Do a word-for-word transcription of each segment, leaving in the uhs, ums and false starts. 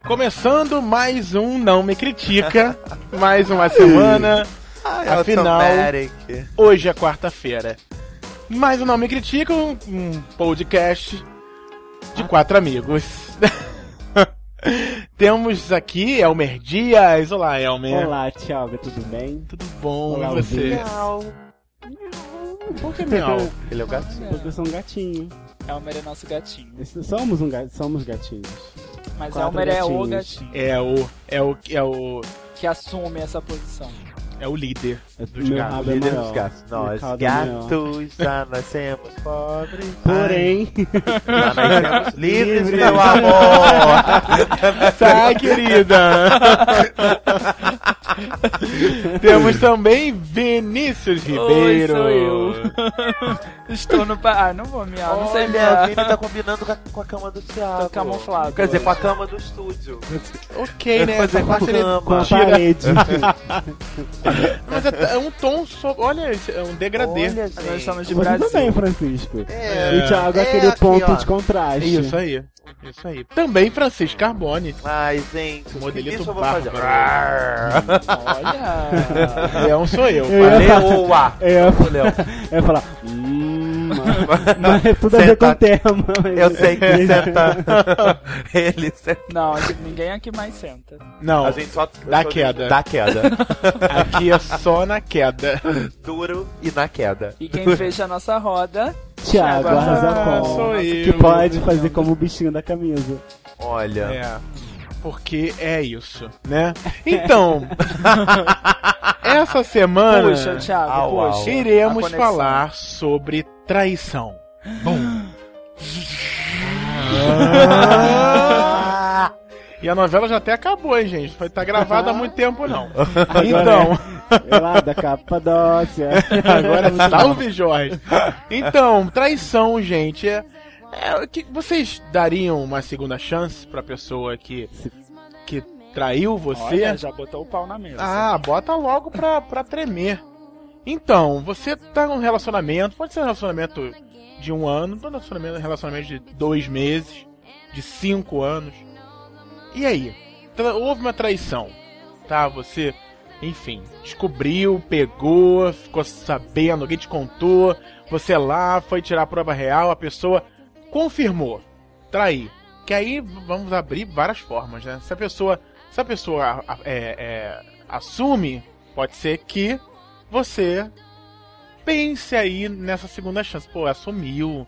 Começando mais um Não Me Critica, mais uma semana, Ai, afinal, automatic. hoje é quarta-feira. Mais um Não Me Critica, um, um podcast de quatro amigos. Temos aqui Elmer Dias. Olá, Elmer. Olá, Thiago, tudo bem? Tudo bom, Olá, e você? Miau. Por que miau? Ele é o gatinho. Porque eu sou um gatinho. Elmer é nosso gatinho. Somos, um ga... Somos gatinhos. Mas Quatro Elmer é o gatinhos. gatinho É o, é o, é o, que assume essa posição. é o líder dos Meu gatos. rabo é Líder maior. dos gatos. Nós, Meu rabo é maior. gatos, já nascemos pobres. Porém, Já nascemos livres, Livre. meu amor. Tá, querida. Temos também Vinícius Ribeiro. Oi, sou eu. Estou no... Pa... Ah, não vou miar, não sei Olha, o miar. Vini tá combinando com a, com a cama do Thiago. Tô camuflado Quer dizer, hoje. com a cama do estúdio. Ok, né? Fazer Essa com a parte ele cama. com a tira. parede. Mas é, é um tom só. Olha, é um degradê. Olha, Nós gente. estamos de Você Brasil. também, Francisco. É. E o Thiago é É aquele aqui, ponto ó. de contraste. Isso aí. Isso aí. Também Francisco Carbone. Ai, gente, Modelito isso eu vou fazer. bárbaro. Olha. Leão sou eu. Eu ia falar- Leoa. Eu ia, O Leão. eu ia falar. Hum, mas é tudo a ver com o tema. Mas... Eu sei que senta. Ele senta. Não, aqui- ninguém aqui mais senta. Não, A gente só Dá só- queda. Dá queda. aqui é só na queda. Duro e na queda. E quem fecha a nossa roda... Thiago Ah, Arrasacom. sou eu. Que pode fazer como o bichinho da camisa. Olha. É. Porque é isso, né? Então, essa semana Puxa, Thiago, Au, au. puxa. iremos A conexão. falar sobre traição. Bom. E a novela já até acabou, hein, gente? Foi tá gravada há muito tempo, não. Então, É lá da Capadócia. agora salve, Jorge. Então, traição, gente, é, é que vocês dariam uma segunda chance pra pessoa que que traiu você? Olha, já botou o pau na mesa. Ah, bota logo pra, pra tremer. Então, você tá num relacionamento, pode ser um relacionamento de um ano, pode ser um relacionamento, relacionamento de dois meses, de cinco anos. E aí? Tra- houve uma traição, tá? Você, enfim, descobriu, pegou, ficou sabendo, alguém te contou, você lá foi tirar a prova real, a pessoa confirmou, trair. Que aí vamos abrir várias formas, né? Se a pessoa, se a pessoa a- é, é, assume, pode ser que você pense aí nessa segunda chance. Pô, assumiu,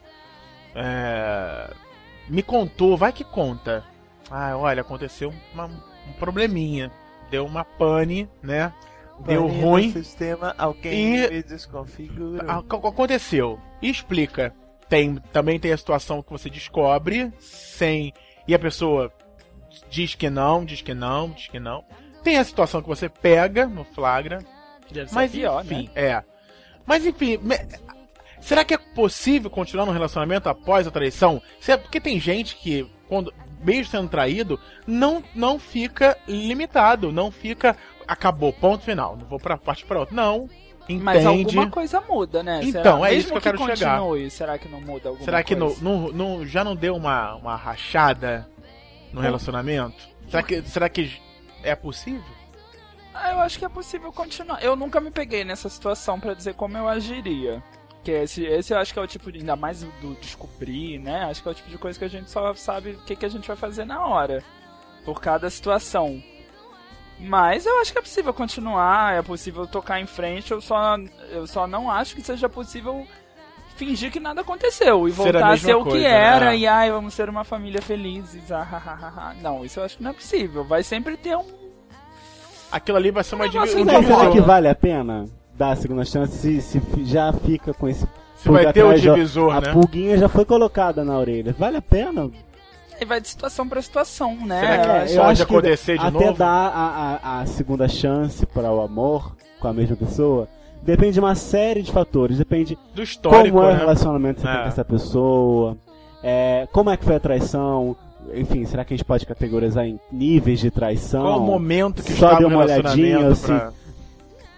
é, me contou, vai que conta. Ah, olha, aconteceu uma- um probleminha, deu uma pane, né? Deu Pane ruim. no sistema, alguém E- me desconfigura. Ah, co- aconteceu. E explica. Tem, também tem a situação que você descobre sem. E a pessoa diz que não, diz que não, diz que não. Tem a situação que você pega no flagra. Deve ser Mas pior, enfim, né? é. Mas enfim, me- será que é possível continuar num relacionamento após a traição? Se é- Porque tem gente que, quando, mesmo sendo traído, não, não fica limitado, não fica. Acabou, ponto final. Não vou pra parte pra outra. Não. Entende? Mas alguma coisa muda, né? Então, Será? é isso Mesmo que eu quero chegar. continue, será que não muda alguma Será que no, coisa? no, no- já não deu uma, uma rachada no relacionamento? Será que, será que é possível? Ah, eu acho que é possível continuar. Eu nunca me peguei nessa situação pra dizer como eu agiria. Que esse, esse eu acho que é o tipo de, ainda mais do descobrir, né? Acho que é o tipo de coisa que a gente só sabe o que, que a gente vai fazer na hora. Por cada situação. Mas eu acho que é possível continuar, é possível tocar em frente, eu só, eu só não acho que seja possível fingir que nada aconteceu e Ser a voltar a mesma ser o coisa, que era né? e ai, vamos ser uma família felizes. Ah, ah, ah, ah. Não, isso eu acho que não é possível. Vai sempre ter um. Aquilo ali vai ser uma Negócio divi- um Mas será divisor. que vale a pena dar a segunda chance se, se fi- já fica com esse Se vai pulga ter o atrás, já- divisor, a né? pulguinha já foi colocada na orelha. Vale a pena? E vai de situação pra situação, né? Será que Eu É, acho- eu pode acho que acontecer de até novo? dar a, a, a segunda chance para o amor com a mesma pessoa depende de uma série de fatores. Depende Do histórico, como é o né? relacionamento que você É. tem com essa pessoa, é, como é que foi a traição, enfim, será que a gente pode categorizar em níveis de traição? Qual o momento que Só estava deu o uma olhadinha, relacionamento assim. pra...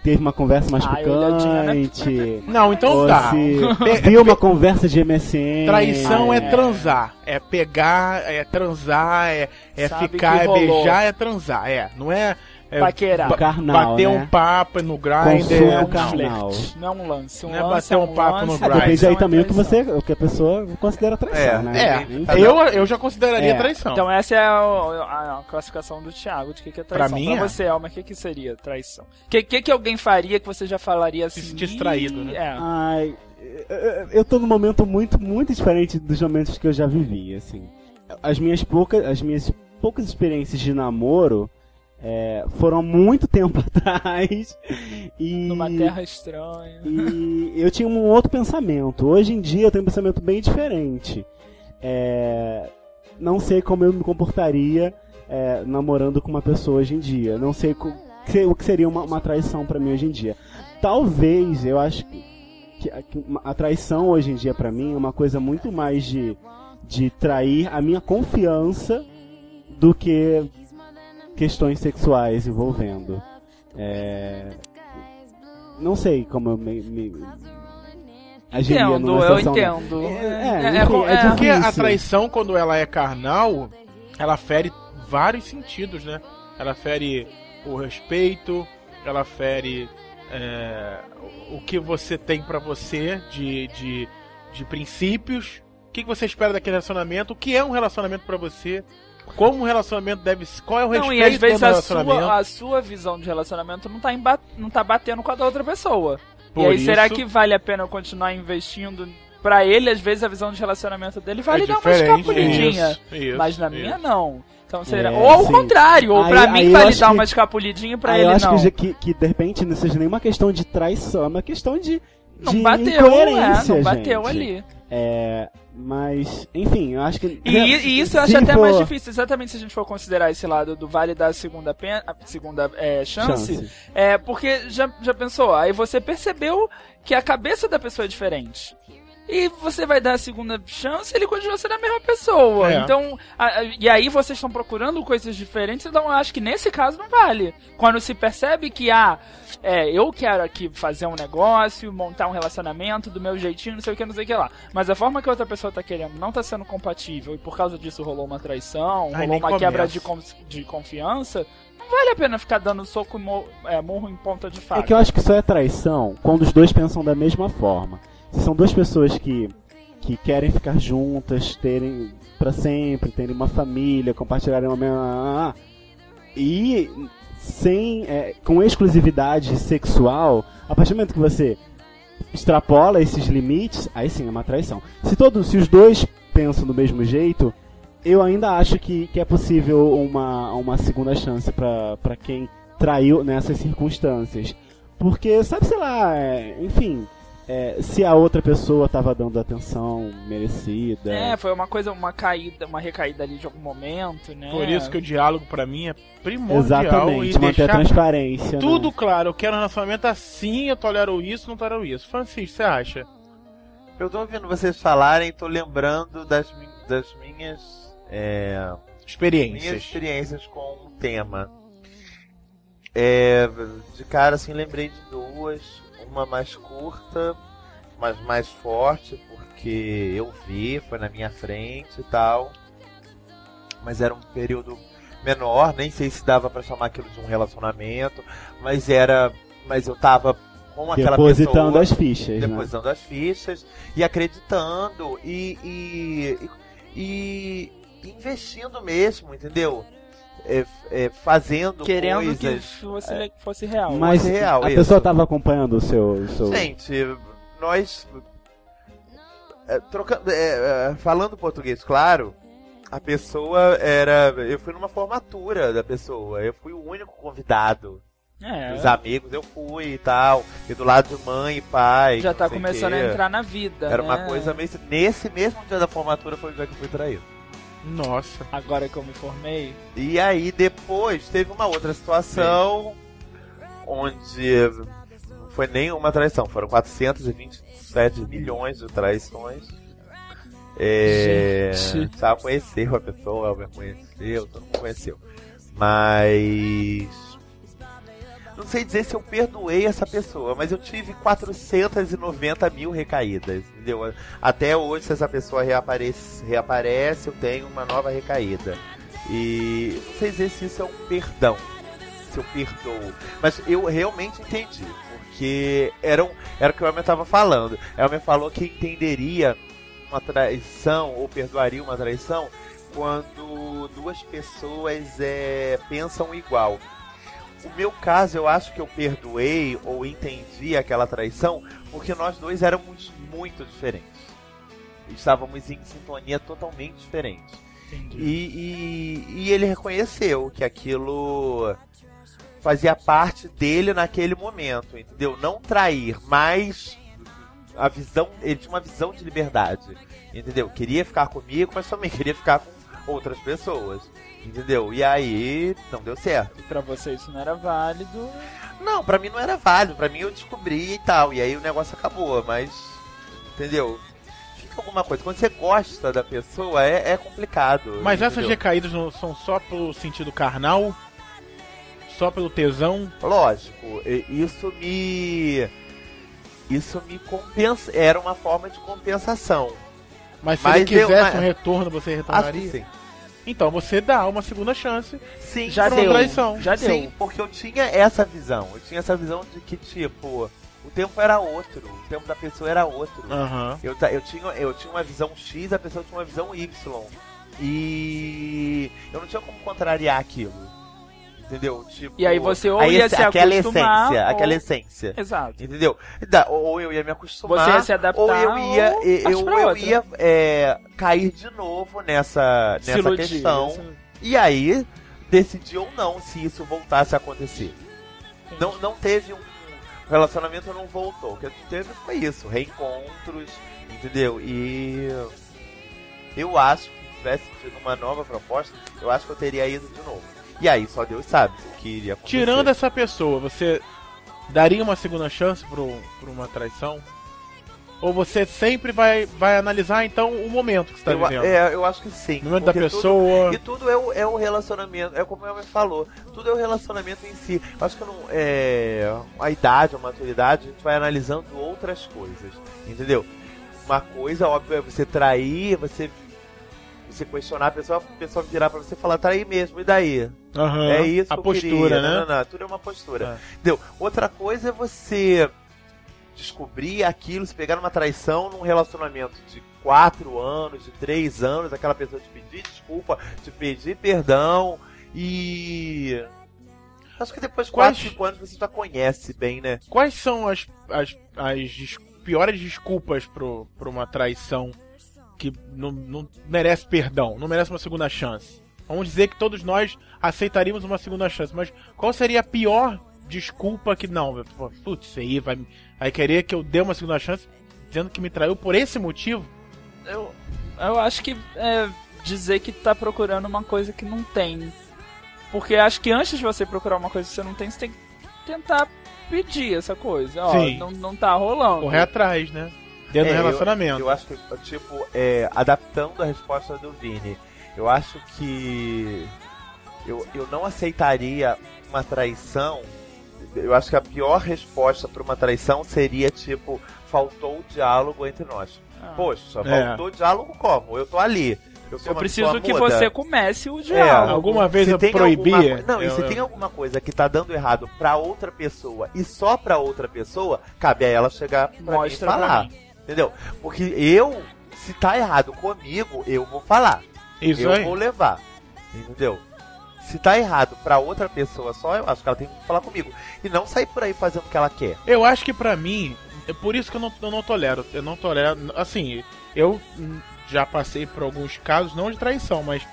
teve uma conversa mais Ai, olhadinha, né? picante. Não, então ou tá. se viu uma conversa de M S N. Traição é. é. transar. É pegar, é transar, é, é Sabe ficar, que é rolou. beijar, é transar. É, não é. é Paquerar. ba- Carnal, bater né? um papo no grinder. Consumo é, É um não. carnal. flerte, não é um lance. Um Não é lance bater é um papo no lance, Ah, grinder. depende aí traição é também o que, traição. você, o que a pessoa considera traição, É, né? É, Enfim. eu, eu já consideraria É. traição. Então essa é a, a- a classificação do Thiago de que, que é traição. Pra mim, é. você, Elma, o que, que seria traição? O que, que, que alguém faria que você já falaria assim? Se sentisse traído, né? É. Ai, eu- eu tô num momento muito, muito diferente dos momentos que eu já vivi, assim. As minhas poucas, as minhas poucas experiências de namoro é, foram há muito tempo atrás e, Numa terra estranha. e eu tinha um outro pensamento. Hoje em dia eu tenho um pensamento bem diferente. É, não sei como eu me comportaria é, namorando com uma pessoa hoje em dia. Não sei co- que- o que seria uma, uma traição pra mim hoje em dia. Talvez, eu acho que, que a- que uma- a traição hoje em dia pra mim é uma coisa muito mais de, de trair a minha confiança do que questões sexuais envolvendo. É, não sei como eu me, me agiria Entendo, numa eu situação- entendo. É, É, enfim, é- é é- Porque a difícil. traição, quando ela é carnal, ela fere vários sentidos, né? Ela fere o respeito, ela fere é, o que você tem pra você de, de, de princípios, o que você espera daquele relacionamento, o que é um relacionamento pra você, como um relacionamento deve ser, qual é o Não, respeito e às vezes do a relacionamento. sua, a sua visão de relacionamento não tá, emba- não tá batendo com a da outra pessoa. Por e aí, isso- será que vale a pena eu continuar investindo? Pra ele, às vezes, a visão de relacionamento dele vale é dar uma diferente, escapulidinha. isso, isso, Mas na isso. minha, não. Então, será... É, ou ao sim. contrário, ou Aí- pra aí mim eu vale acho dar que- uma escapulidinha, pra Ah, ele eu acho não. que, que, que de repente não seja nenhuma questão de traição, é uma questão de, Não de bateu, é, incoerência, não bateu gente. ali. É, mas, enfim, eu acho que... E, e isso eu acho se até for- mais difícil, exatamente se a gente for considerar esse lado do vale da segunda, pen... a segunda é, chance, Chance. é porque já, já pensou, aí você percebeu que a cabeça da pessoa é diferente. E você vai dar a segunda chance, ele continua sendo a mesma pessoa. É. Então, a- a- e aí vocês estão procurando coisas diferentes, então eu acho que nesse caso não vale. Quando se percebe que, ah, é, eu quero aqui fazer um negócio, montar um relacionamento do meu jeitinho, não sei o que, não sei o que lá. Mas a forma que a outra pessoa tá querendo não tá sendo compatível, e por causa disso rolou uma traição, Ai, rolou nem uma quebra começa. de, con- de confiança, não vale a pena ficar dando soco e mo- é, murro em ponta de faca. É que eu acho que só é traição quando os dois pensam da mesma forma. Se são duas pessoas que, que querem ficar juntas, terem pra sempre, terem uma família, compartilharem uma mesma... E sem, é, com exclusividade sexual, a partir do momento que você extrapola esses limites, aí sim é uma traição. Se, todos, se os dois pensam do mesmo jeito, eu ainda acho que, que é possível uma, uma segunda chance pra, pra quem traiu nessas circunstâncias. Porque, sabe, sei lá, é, enfim, é, se a outra pessoa tava dando atenção merecida. É, foi uma coisa, uma caída, uma recaída ali de algum momento, né? Por isso que o diálogo pra mim é primordial Exatamente, e manter a deixar transparência. tudo né? claro. Eu quero um relacionamento assim, eu tolero isso, não tolero isso. Francisco, você acha? Eu tô ouvindo vocês falarem e tô lembrando das, mi- das minhas, é, minhas Experiências. experiências com o tema. É, de cara, assim, lembrei de duas. Uma mais curta, mas mais forte, porque eu vi, foi na minha frente e tal. Mas era um período menor, nem sei se dava pra chamar aquilo de um relacionamento, mas era, mas eu tava com aquela Depositando pessoa, as fichas, né? depositando as fichas e acreditando e, e, e, e investindo mesmo, entendeu? É, é, fazendo Querendo coisas. que fosse, fosse real. Mas real, a isso. pessoa tava acompanhando o seu... o seu... Gente, nós é, trocando, é, é, falando português, claro, a pessoa era, eu fui numa formatura da pessoa, eu fui o único convidado. É, Os amigos eu fui e tal, e do lado de mãe e pai. já não tá sei começando quê. a entrar na vida, Era uma né? coisa meio. Nesse mesmo dia da formatura foi o dia que eu fui traído. Nossa. Agora que eu me formei, E aí depois teve uma outra situação onde não foi nenhuma traição, foram quatrocentos e vinte e sete milhões de traições. É, Gente. já conheceu a pessoa, ela conheceu, todo mundo conheceu. Mas não sei dizer se eu perdoei essa pessoa, mas eu tive quatrocentas e noventa mil recaídas, entendeu? Até hoje, se essa pessoa reaparece, reaparece, eu tenho uma nova recaída. E não sei dizer se isso é um perdão, se eu perdoo, mas eu realmente entendi, porque era, um, era o que o Elmer estava falando. Elmer falou que entenderia uma traição, ou perdoaria uma traição, quando duas pessoas é, pensam igual. O meu caso, eu acho que eu perdoei ou entendi aquela traição porque nós dois éramos muito diferentes. Estávamos em sintonia totalmente diferente. E, e, e ele reconheceu que aquilo fazia parte dele naquele momento, entendeu? Não trair, mas a visão, ele tinha uma visão de liberdade, entendeu? Queria ficar comigo, mas também queria ficar com outras pessoas, entendeu? E aí não deu certo. E pra você isso não era válido? Não, pra mim não era válido, pra mim eu descobri e tal, e aí o negócio acabou, mas, entendeu? Fica alguma coisa, quando você gosta da pessoa é, é complicado. Mas entendeu? Essas recaídas não são só pelo sentido carnal? Só pelo tesão? Lógico, isso me... Isso me compensa, era uma forma de compensação. Mas se Mas ele quisesse eu, mas... um retorno, você retornaria? Acho que sim. Então você dá uma segunda chance. Sim, já pra deu. uma traição. Já deu. Sim, porque eu tinha essa visão. Eu tinha essa visão de que, tipo, o tempo era outro. O tempo da pessoa era outro. Aham. Eu, ta- eu, tinha, eu tinha uma visão X, a pessoa tinha uma visão Y. E eu não tinha como contrariar aquilo. Entendeu? Tipo, E aí você ou a ia esse- se aquela acostumar, essência, ou- aquela essência. Exato. Entendeu? Da- Ou eu ia me acostumar, Você ia se adaptar, ou eu ia, ou eu, partir pra eu outra. ia é, cair de novo nessa, Se nessa iludir, questão. se- E aí, decidir ou não se isso voltasse a acontecer. Não, não teve um... O relacionamento não voltou. O que teve foi isso. Reencontros, entendeu? E... Eu acho que se tivesse tido uma nova proposta, eu acho que eu teria ido de novo. E aí, só Deus sabe o que iria acontecer. Tirando essa pessoa, você daria uma segunda chance pro, pro uma traição? Ou você sempre vai, vai analisar, então, o momento que você tá eu, vivendo? é, eu acho que sim. O momento da porque pessoa... Tudo, e tudo é o, é o relacionamento, é como ela me falou, tudo é o relacionamento em si. Eu acho que não, é, a idade, a maturidade, a gente vai analisando outras coisas, entendeu? Uma coisa, óbvio, é você trair, você, você questionar a pessoa, a pessoa virar pra você e falar, trair mesmo, e daí? Aham. É isso A que eu postura, queria. né? Não, não, não, tudo é uma postura. É. Entendeu? Outra coisa é você descobrir aquilo, se pegar numa traição num relacionamento de quatro anos, de três anos, aquela pessoa te pedir desculpa, te pedir perdão e... Acho que depois de Quais- quatro, cinco anos você já conhece bem, né? Quais são as, as, as des- piores desculpas pro, pro uma traição que não, não merece perdão, não merece uma segunda chance? Vamos dizer que todos nós aceitaríamos uma segunda chance, mas qual seria a pior desculpa que não? Pô, putz, isso aí vai, vai querer que eu dê uma segunda chance dizendo que me traiu por esse motivo? Eu, eu acho que é dizer que tá procurando uma coisa que não tem. Porque acho que antes de você procurar uma coisa que você não tem, você tem que tentar pedir essa coisa. Ó, Sim. não, não tá rolando. Correr atrás, né? Dentro É, do eu- relacionamento. Eu, acho que, tipo, é, adaptando a resposta do Vini, eu acho que eu, eu não aceitaria uma traição. Eu acho que a pior resposta para uma traição seria, tipo, faltou o diálogo entre nós. Ah. Poxa, É. faltou diálogo como? Eu tô ali. Eu, sou Eu uma preciso pessoa que muda. você comece o É, diálogo. Alguma vez se eu tem proibia? alguma co- Não, e eu, se eu- tem alguma coisa que tá dando errado pra outra pessoa e só pra outra pessoa, cabe a ela chegar pra mim e Mostra pra falar. mim. Entendeu? Porque eu, se tá errado comigo, eu vou falar. Isso eu aí. vou levar. Entendeu? Se tá errado pra outra pessoa só, eu acho que ela tem que falar comigo. E não sair por aí fazendo o que ela quer. Eu acho que pra mim, é por isso que eu não, eu não tolero. Eu não tolero. Assim, eu hum, já passei por alguns casos, não de traição, mas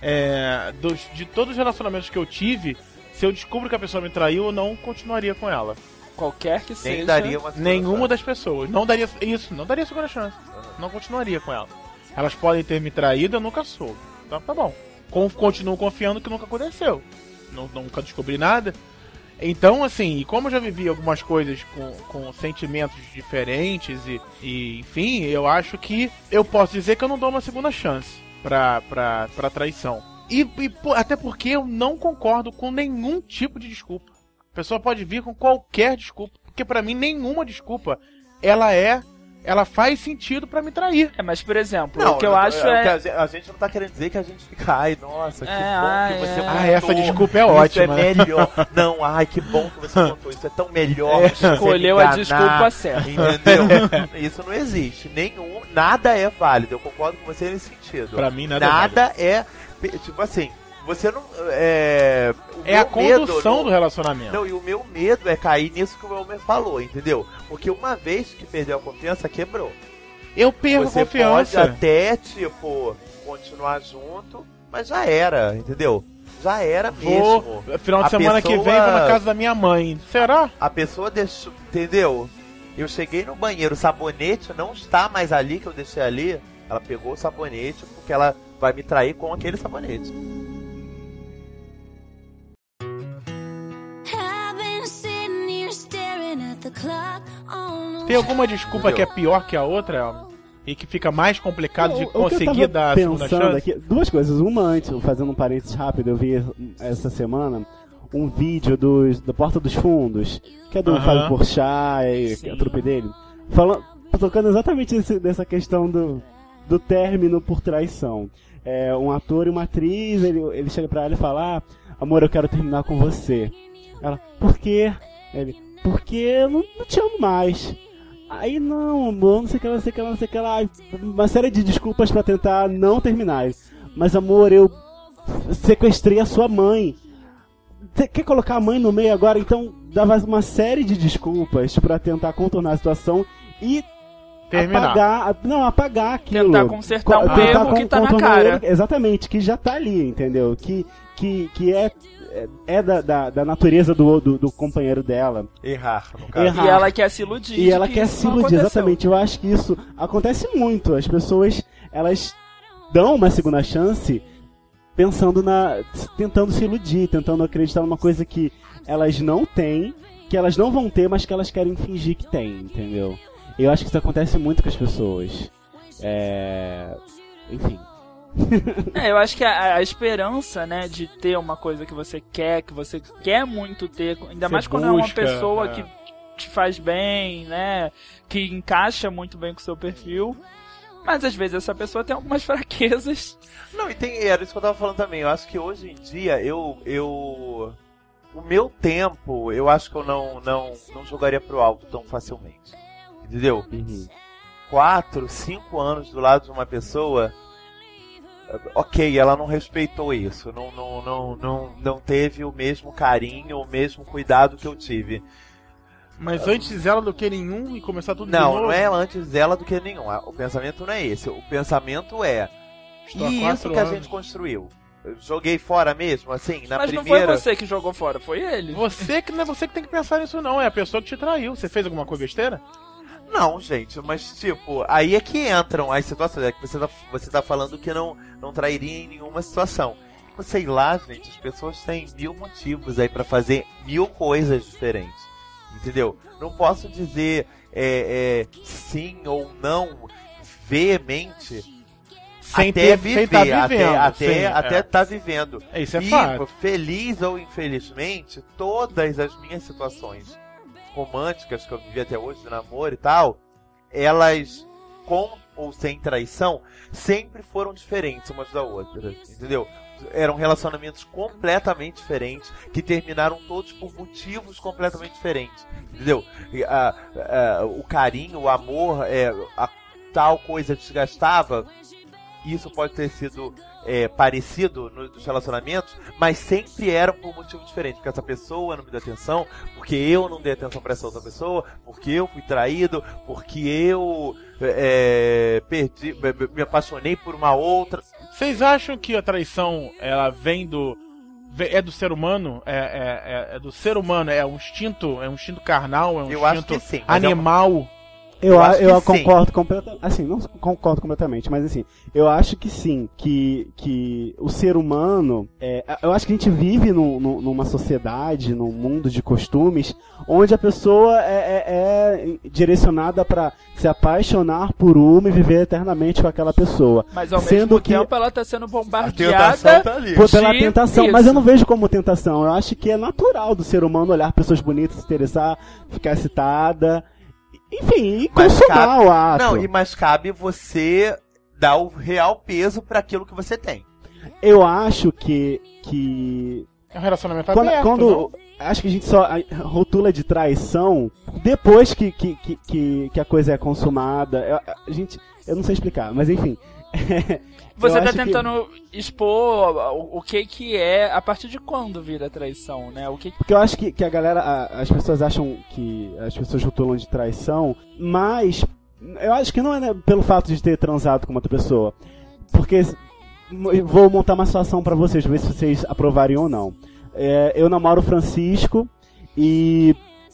é, dos, de todos os relacionamentos que eu tive, se eu descubro que a pessoa me traiu, eu não continuaria com ela. Qualquer que Nem seja. daria uma segunda Nenhuma chance. das pessoas. Não daria isso, não daria segunda chance. Não continuaria com ela. Elas podem ter me traído, eu nunca soube. Então tá bom. Com- Continuo confiando que nunca aconteceu. Nu- Nunca descobri nada. Então, assim, e como eu já vivi algumas coisas com, com sentimentos diferentes e, e, enfim, eu acho que eu posso dizer que eu não dou uma segunda chance pra, pra, pra traição. E, e po- até porque eu não concordo com nenhum tipo de desculpa. A pessoa pode vir com qualquer desculpa, porque pra mim nenhuma desculpa, ela é, ela faz sentido pra me trair. É, mas por exemplo, Não, o que eu, eu acho é... é... A gente, a gente não tá querendo dizer que a gente fica, ai, nossa, que É, bom ai, que você é. contou. Ah, essa desculpa é Isso ótima. é melhor. Não, ai, que bom que você contou. Isso é tão melhor. É. que você Escolheu me a enganar, desculpa certa. Entendeu? Isso não existe. Nenhum, nada é válido. Eu concordo com você nesse sentido. Pra mim, nada, Nada é, tipo assim, você não... É, o é a meu medo condução não- do relacionamento. Não, e o meu medo é cair nisso que o Elmer falou, entendeu? Porque uma vez que perdeu a confiança, quebrou. Eu perco Você confiança. pode até, tipo, continuar junto, mas já era, entendeu? Já era Vou, mesmo. final de A semana que vem, pessoa- vou na casa da minha mãe. Será? A pessoa deixou, entendeu? Eu cheguei no banheiro, o sabonete não está mais ali, que eu deixei ali. Ela pegou o sabonete porque ela vai me trair com aquele sabonete. Tem alguma desculpa Entendeu? que é pior que a outra, Elmer? E que fica mais complicado de O- o que eu conseguir tava dar a segunda pensando chance? aqui, duas coisas. Uma antes, fazendo um parênteses rápido, eu vi essa semana um vídeo dos, da Porta dos Fundos, que é do Aham. Fábio Porchat e Sim. a trupe dele, falando, tocando exatamente esse, dessa questão do, do término por traição. É, um ator e uma atriz, ele, ele chega pra ela e fala, ah, amor, eu quero terminar com você. Ela, por quê? Ele, porque eu não, não te amo mais. Aí não, amor, não sei o que lá, não sei o que lá, não sei o que lá. Uma série de desculpas pra tentar não terminar. Mas amor, eu sequestrei a sua mãe. Você quer colocar a mãe no meio agora? Então dava uma série de desculpas pra tentar contornar a situação e Terminar. apagar, não, apagar aquilo. Tentar consertar um Co- tentar erro que tá na contornar cara. o erro, exatamente, que já tá ali, entendeu? Que, que, que é, é, é da, da, da natureza do, do, do companheiro dela. Errar, no caso. Errar. E ela quer se iludir. E de ela que quer isso se não iludir, aconteceu. exatamente. Eu acho que isso acontece muito. As pessoas, elas dão uma segunda chance pensando na... tentando se iludir, tentando acreditar numa coisa que elas não têm, que elas não vão ter, mas que elas querem fingir que têm, entendeu? Eu acho que isso acontece muito com as pessoas. É... Enfim. É, eu acho que a, a esperança, né, de ter uma coisa que você quer, que você quer muito ter, ainda Você mais quando é uma busca, pessoa é. que te faz bem, né, que encaixa muito bem com o seu perfil. Mas às vezes essa pessoa tem algumas fraquezas. Não, e tem, era isso que eu tava falando também. Eu acho que hoje em dia, eu... eu o meu tempo, eu acho que eu não, não, não jogaria pro alto tão facilmente. Entendeu? Uhum. Quatro, cinco anos do lado de uma pessoa, ok, ela não respeitou isso, não, não, não, não, não teve o mesmo carinho, o mesmo cuidado que eu tive. Mas antes ela do que nenhum e começar tudo de Não, novo? não é antes dela do que nenhum. O pensamento não é esse. O pensamento é, Estou há e quatro isso que a anos. gente construiu? Eu joguei fora mesmo, assim, na Mas não primeira... foi você que jogou fora, foi ele. Você que não é você que tem que pensar nisso não, é a pessoa que te traiu. Você fez alguma coisa besteira? Não, gente, mas tipo, aí é que entram as situações, é que você tá, você tá falando que não, não trairia em nenhuma situação. Sei lá, gente, as pessoas têm mil motivos aí pra fazer mil coisas diferentes, entendeu? Não posso dizer é, é, sim ou não veemente Sem até ter, viver, sem tá vivendo. até, até, sim, até é. tá vivendo. É, isso é E, fato. feliz ou infelizmente, todas as minhas situações românticas que eu vivi até hoje, de namoro e tal, elas, com ou sem traição, sempre foram diferentes umas da outra, entendeu? Eram relacionamentos completamente diferentes, que terminaram todos por motivos completamente diferentes, entendeu? E, a, a, o carinho, o amor, é, a tal coisa desgastava. Isso pode ter sido é, parecido nos relacionamentos, mas sempre eram por motivo diferente. Porque essa pessoa não me deu atenção, porque eu não dei atenção para essa outra pessoa, porque eu fui traído, porque eu é, perdi, me apaixonei por uma outra. Vocês acham que a traição, ela vem do... é do ser humano? É, é, é, é do ser humano? É um instinto, é um instinto carnal? É um Eu acho instinto que sim, mas é uma- animal? Eu, Eu a- acho eu que sim. concordo completamente. Assim, não concordo completamente, mas assim, eu acho que sim, que, que o ser humano. É, eu acho que a gente vive num- num- numa sociedade, num mundo de costumes, onde a pessoa é, é- é direcionada pra se apaixonar por uma e viver eternamente com aquela pessoa. Mas ao Sendo mesmo que- tempo ela tá sendo A tentação bombardeada. tá ali. Por- pela de tentação, isso. mas eu não vejo como tentação. Eu acho que é natural do ser humano olhar pessoas bonitas, se interessar, ficar excitada, enfim, e Mas consumar cabe- o ato. Não, e mais cabe você dar o real peso pra aquilo que você tem. Eu acho que que É um relacionamento quando, aberto, quando não? acho que a gente só a- rotula de traição depois que, que, que, que, que a coisa é consumada. Eu, a gente, eu não sei explicar, mas enfim. Você Eu tá acho que- tentando expor o, o que que é, a partir de quando vira traição, né? O que Porque eu acho que, que a galera, a- as pessoas acham que as pessoas rotulam de traição, mas eu acho que não é, né, pelo fato de ter transado com outra pessoa. Porque eu vou montar uma situação pra vocês, ver se vocês aprovariam ou não. É, eu namoro o Francisco e,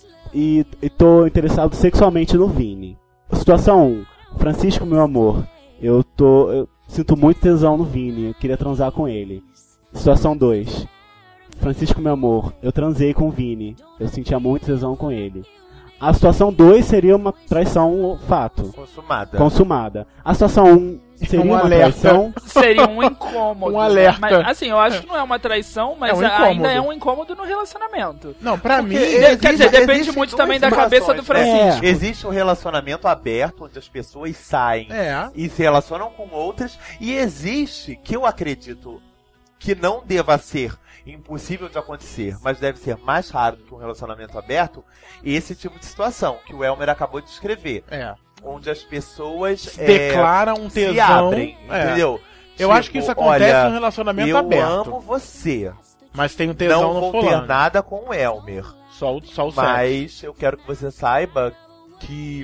e, e tô interessado sexualmente no Vini. Situação um, Francisco, meu amor, eu tô. Eu sinto muito tesão no Vini, eu queria transar com ele. Situação dois. Francisco, meu amor, eu transei com o Vini, eu sentia muito tesão com ele. A situação dois seria uma traição fato, Consumada. consumada. A situação um seria Um uma alerta. traição. seria um incômodo. Um alerta. Mas, assim, eu acho que não é uma traição, mas É um ainda incômodo. é um incômodo no relacionamento. Não, pra Porque mim. existe- Quer dizer, depende existem muito duas também da situações, cabeça do né? Francisco. Existe um relacionamento aberto onde as pessoas saem É. e se relacionam com outras, e existe, que eu acredito que não deva ser impossível de acontecer, mas deve ser mais raro do que um relacionamento aberto, esse tipo de situação que o Elmer acabou de descrever, É. onde as pessoas é, Declara um tesão. se abrem, é. entendeu? Eu Tipo, acho que isso acontece olha, no relacionamento eu aberto. amo você, Mas tem um tesão não no vou fulano. ter nada com o Elmer, Só o, só o sexo. mas eu quero que você saiba que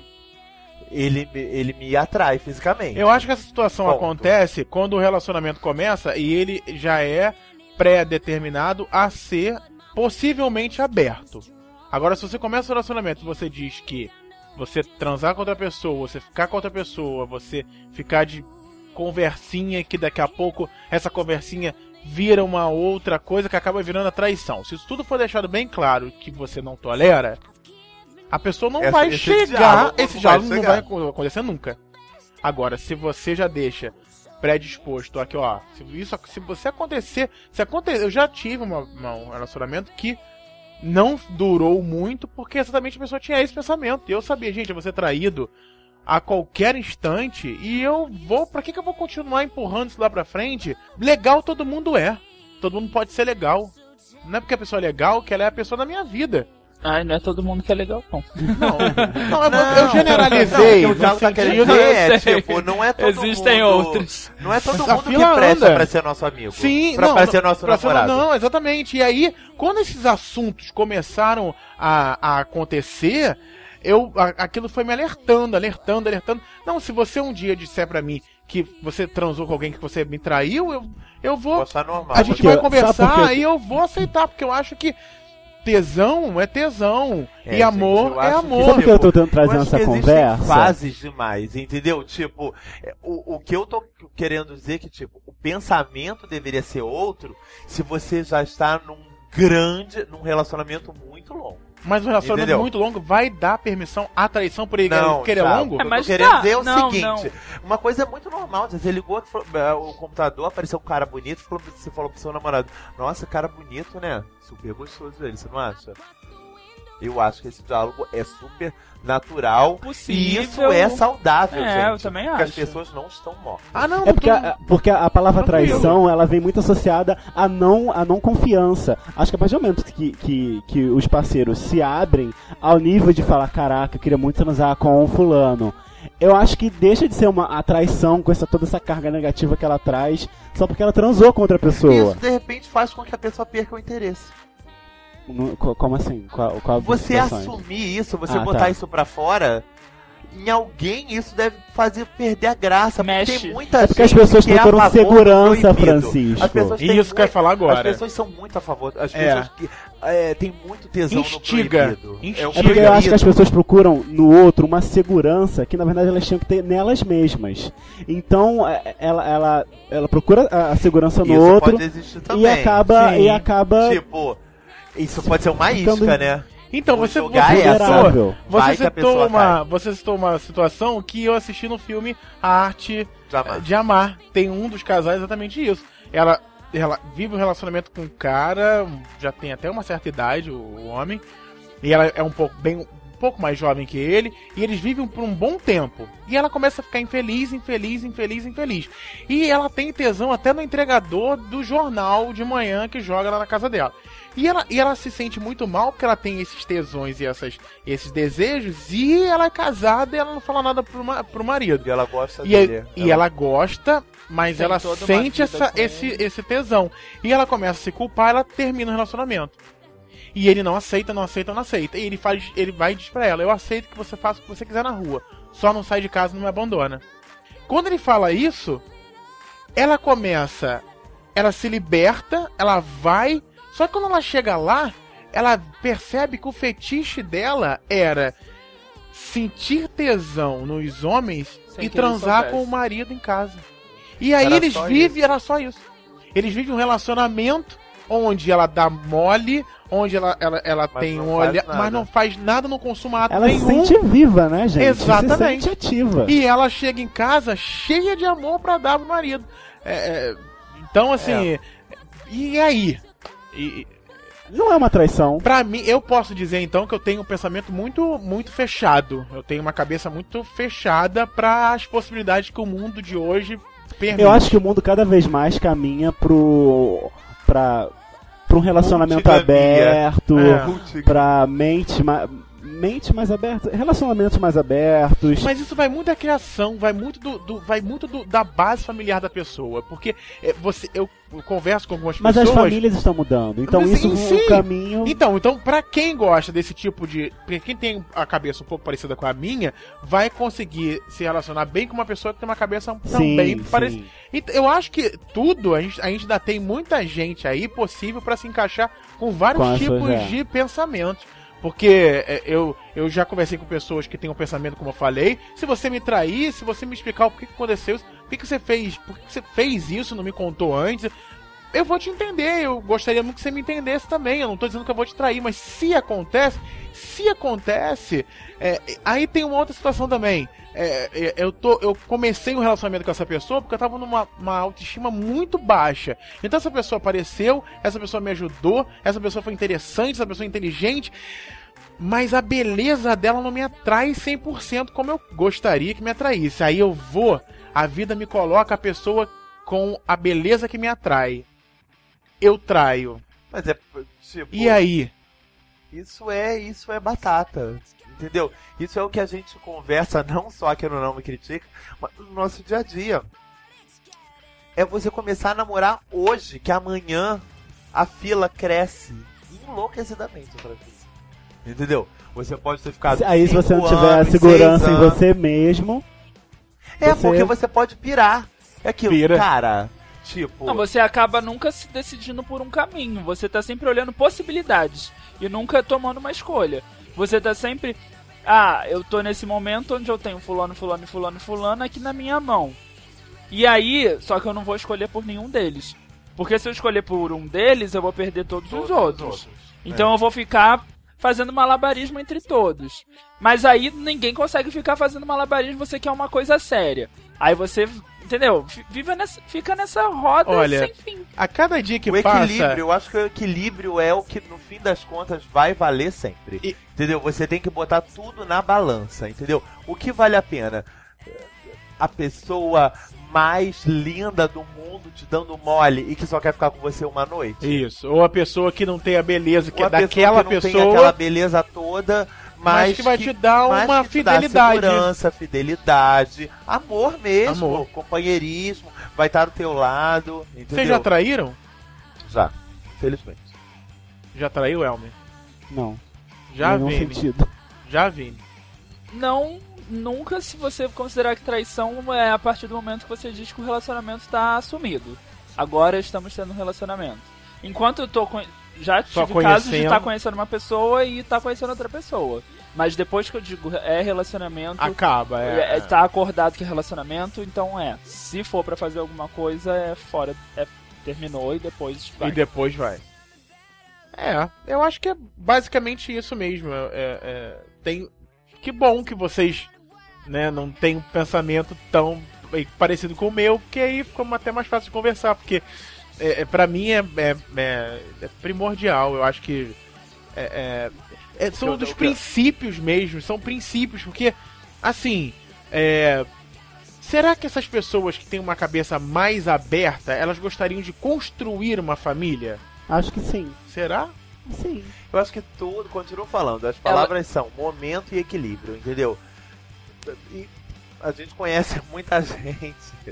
ele, me- ele me atrai fisicamente. Eu acho que essa situação Ponto. acontece quando o relacionamento começa e ele já é pré-determinado a ser possivelmente aberto. Agora, se você começa o relacionamento e você diz que você transar com outra pessoa, você ficar com outra pessoa, você ficar de conversinha que daqui a pouco essa conversinha vira uma outra coisa que acaba virando a traição. Se isso tudo for deixado bem claro que você não tolera, a pessoa não Essa- vai esse chegar, diálogo esse não diálogo vai não vai chegar. acontecer nunca. Agora, se você já deixa predisposto aqui, ó, se isso, se você acontecer, se acontecer, eu já tive uma, uma- um relacionamento que não durou muito porque exatamente a pessoa tinha esse pensamento. E eu sabia, gente, eu vou ser traído a qualquer instante e eu vou, pra que que eu vou continuar empurrando isso lá pra frente? Legal todo mundo é. Todo mundo pode ser legal. Não é porque a pessoa é legal que ela é a pessoa da minha vida. Ai, não é todo mundo que é legal, não. Não, não, eu, Não, eu generalizei. não, o que o no Thiago tá querendo sentido- dizer é, Eu sei. tipo, não é todo Existem mundo... outros. Não é todo Mas a mundo que fila presta anda. pra ser nosso amigo. Sim, pra, não, pra não, ser nosso pra ser- namorado. Não, exatamente. E aí, quando esses assuntos começaram a, a acontecer, eu, a- aquilo foi me alertando, alertando, alertando. Não, se você um dia disser pra mim que você transou com alguém que você me traiu, eu, eu vou. Vou achar normal. A gente Porque- vai sabe por conversar quê? e eu vou aceitar, porque eu acho que tesão é tesão. É, e gente, amor eu é acho que- amor. Sabe por que eu tô tentando Eu trazendo acho que essa existem conversa? fases demais, entendeu? Tipo, é, o, o que eu tô querendo dizer é que, tipo, o pensamento deveria ser outro se você já está num grande, num relacionamento muito longo. Mas um relacionamento Entendeu? muito longo vai dar permissão à traição por ele Não, querer Thiago, longo? o que É, eu mas tô querendo tá. dizer é o Não, seguinte, uma coisa muito normal, você ligou falou, é, o computador, apareceu um cara bonito, falou, você falou pro seu namorado, nossa, cara bonito, né? Super gostoso ele, você não acha? Eu acho que esse diálogo é super natural Possível. e isso é saudável, É, gente. eu também porque acho. as pessoas não estão mortas. Ah, não, É não porque tô- a, porque a palavra Tranquilo. traição, ela vem muito associada a não, a não confiança. Acho que a partir do momento que, que, que os parceiros se abrem ao nível de falar, caraca, eu queria muito transar com um fulano, eu acho que deixa de ser uma a traição com essa, toda essa carga negativa que ela traz, só porque ela transou com outra pessoa. Isso, de repente, faz com que a pessoa perca o interesse. No- co- como assim? Qual, qual Você situações? assumir isso, você Ah, botar tá. isso pra fora, em alguém isso deve fazer perder a graça. Mexe. Porque tem muita É porque as gente pessoas que é a procuram favor do segurança, proibido. Francisco. As pessoas têm Isso que eu ia falar agora. As pessoas são muito a favor. As É. pessoas que é, têm muito tesão Instiga. no proibido. Instiga. o É porque eu proibido. acho que as pessoas procuram no outro uma segurança que na verdade elas tinham que ter nelas mesmas. Então é, ela, ela, ela procura a a segurança no Isso outro pode existir também. e acaba, Sim. e acaba Tipo, isso pode ser uma Ficando- isca, né? Então, Vou você, jogar você, essa. vulnerável. você, Vai que a citou pessoa uma, você citou uma situação que eu assisti no filme A Arte Jamais. de Amar. Tem um dos casais exatamente isso. Ela, ela vive um relacionamento com um cara, já tem até uma certa idade, o, o homem, e ela é um pouco, bem, um pouco mais jovem que ele, e eles vivem por um bom tempo. E ela começa a ficar infeliz, infeliz, infeliz, infeliz. E ela tem tesão até no entregador do jornal de manhã que joga lá na casa dela. E ela, e ela se sente muito mal porque ela tem esses tesões e essas, esses desejos, e ela é casada e ela não fala nada pro, ma- pro marido. E ela gosta E, aí- dele. e ela gosta, mas Tem ela toda uma sente vida essa, com esse, ele. esse tesão. E ela começa a se culpar, ela termina o relacionamento. E ele não aceita, não aceita, não aceita. E ele, faz, ele vai e diz pra ela: eu aceito que você faça o que você quiser na rua, só não sai de casa e não me abandona. Quando ele fala isso, ela começa, ela se liberta, ela vai. Só que quando ela chega lá, ela percebe que o fetiche dela era sentir tesão nos homens Sem e que ele transar soubesse. com o marido em casa. E aí Era eles só vivem, era só isso. Eles vivem um relacionamento onde ela dá mole, onde ela, ela, ela Mas tem não um faz olhar, nada. mas não faz nada, não consuma ato ela se nenhum. sente viva, né, gente? Exatamente. Se sente ativa. E ela chega em casa cheia de amor pra dar pro marido. É, é, então, assim, É. e aí? E, Não é uma traição. Pra mim, eu posso dizer então que eu tenho um pensamento muito, muito fechado. Eu tenho uma cabeça muito fechada para as possibilidades que o mundo de hoje permite. Eu acho que o mundo cada vez mais caminha pro pra, pra um relacionamento Multigamia. aberto, É. pra mente, ma, mente mais aberta, relacionamentos mais abertos. Mas isso vai muito da criação, vai muito do, do- vai muito do- da base familiar da pessoa, porque é, você, eu, eu converso com algumas Mas pessoas. as famílias estão mudando, então Mas, isso sim, é sim. um caminho. Então, então, pra quem gosta desse tipo de, pra quem tem a cabeça um pouco parecida com a minha, vai conseguir se relacionar bem com uma pessoa que tem uma cabeça também sim, parecida. sim. Então, eu acho que tudo, a gente, a gente ainda tem muita gente aí possível pra se encaixar com vários Com essas, tipos é. de pensamentos. Porque é, eu, eu já conversei com pessoas que têm um pensamento, como eu falei. Se você me trair, se você me explicar o que que aconteceu, por que que você fez, por que que você fez isso, não me contou antes, eu vou te entender. Eu gostaria muito que você me entendesse também. Eu não tô dizendo que eu vou te trair, mas se acontece, se acontece, é, aí tem uma outra situação também. É, é, eu, tô, eu comecei um relacionamento com essa pessoa porque eu tava numa uma autoestima muito baixa. Então essa pessoa apareceu, essa pessoa me ajudou, essa pessoa foi interessante, essa pessoa é inteligente, mas a beleza dela não me atrai cem por cento como eu gostaria que me atraísse. Aí eu vou, a vida me coloca a pessoa com a beleza que me atrai. Eu traio. Mas é tipo. E aí? Isso é, isso é batata. Entendeu? Isso é o que a gente conversa não só aqui no Não Me Critica, mas no nosso dia a dia. É você começar a namorar hoje, que amanhã a fila cresce enlouquecidamente pra você. Entendeu? Você pode ter ficado Aí se você não cinco tiver anos, segurança seis em anos. você mesmo. É, você- porque você pode pirar. É aquilo, Pira. cara. Tipo. Não, você acaba nunca se decidindo por um caminho. Você tá sempre olhando possibilidades e nunca tomando uma escolha. Você tá sempre... Ah, eu tô nesse momento onde eu tenho fulano, fulano, fulano, fulano aqui na minha mão. E aí, só que eu não vou escolher por nenhum deles. Porque se eu escolher por um deles, eu vou perder todos, Todos os os outros. outros. Então eu vou ficar fazendo malabarismo entre todos. Mas aí ninguém consegue ficar fazendo malabarismo, você quer uma coisa séria. Aí você, entendeu? F- Vive nessa, fica nessa roda Olha, sem fim. A cada dia que o passa... equilíbrio, eu acho que o equilíbrio é o que no fim das contas vai valer sempre. E- Entendeu? Você tem que botar tudo na balança, entendeu? O que vale a pena? A pessoa mais linda do mundo te dando mole e que só quer ficar com você uma noite? Isso. Ou a pessoa que não tem a beleza que Ou é a pessoa daquela que não pessoa, tem aquela beleza toda, mas, mas que vai te dar mas uma que te dá fidelidade. segurança, fidelidade, amor mesmo, Amor. companheirismo, vai estar do teu lado, entendeu? Vocês já traíram? Já, felizmente. Já traiu, Elmer? Não. Já, em nenhum Vini? sentido. Já, Vini? Não nunca se você considerar que traição é a partir do momento que você diz que o relacionamento está assumido. Agora estamos tendo um relacionamento. Enquanto eu tô com... já tive casos de estar conhecendo uma pessoa e estar conhecendo outra pessoa. Mas depois que eu digo é relacionamento... Acaba, é. é tá acordado que é relacionamento, então é. Se for pra fazer alguma coisa, é fora... É, terminou e depois vai. E depois vai. É, eu acho que é basicamente isso mesmo. É, é, tem... Que bom que vocês, né, não têm um pensamento tão parecido com o meu, porque aí ficou até mais fácil de conversar, porque é, é, pra mim é, é, é, é primordial. Eu acho que é, é, é, são eu, dos eu, princípios eu... mesmo, são princípios, porque, assim, é, será que essas pessoas que têm uma cabeça mais aberta, elas gostariam de construir uma família? Acho que sim. Será? Sim. Eu acho que tudo, continuo falando, as palavras Ela... são momento e equilíbrio, entendeu? E a gente conhece muita gente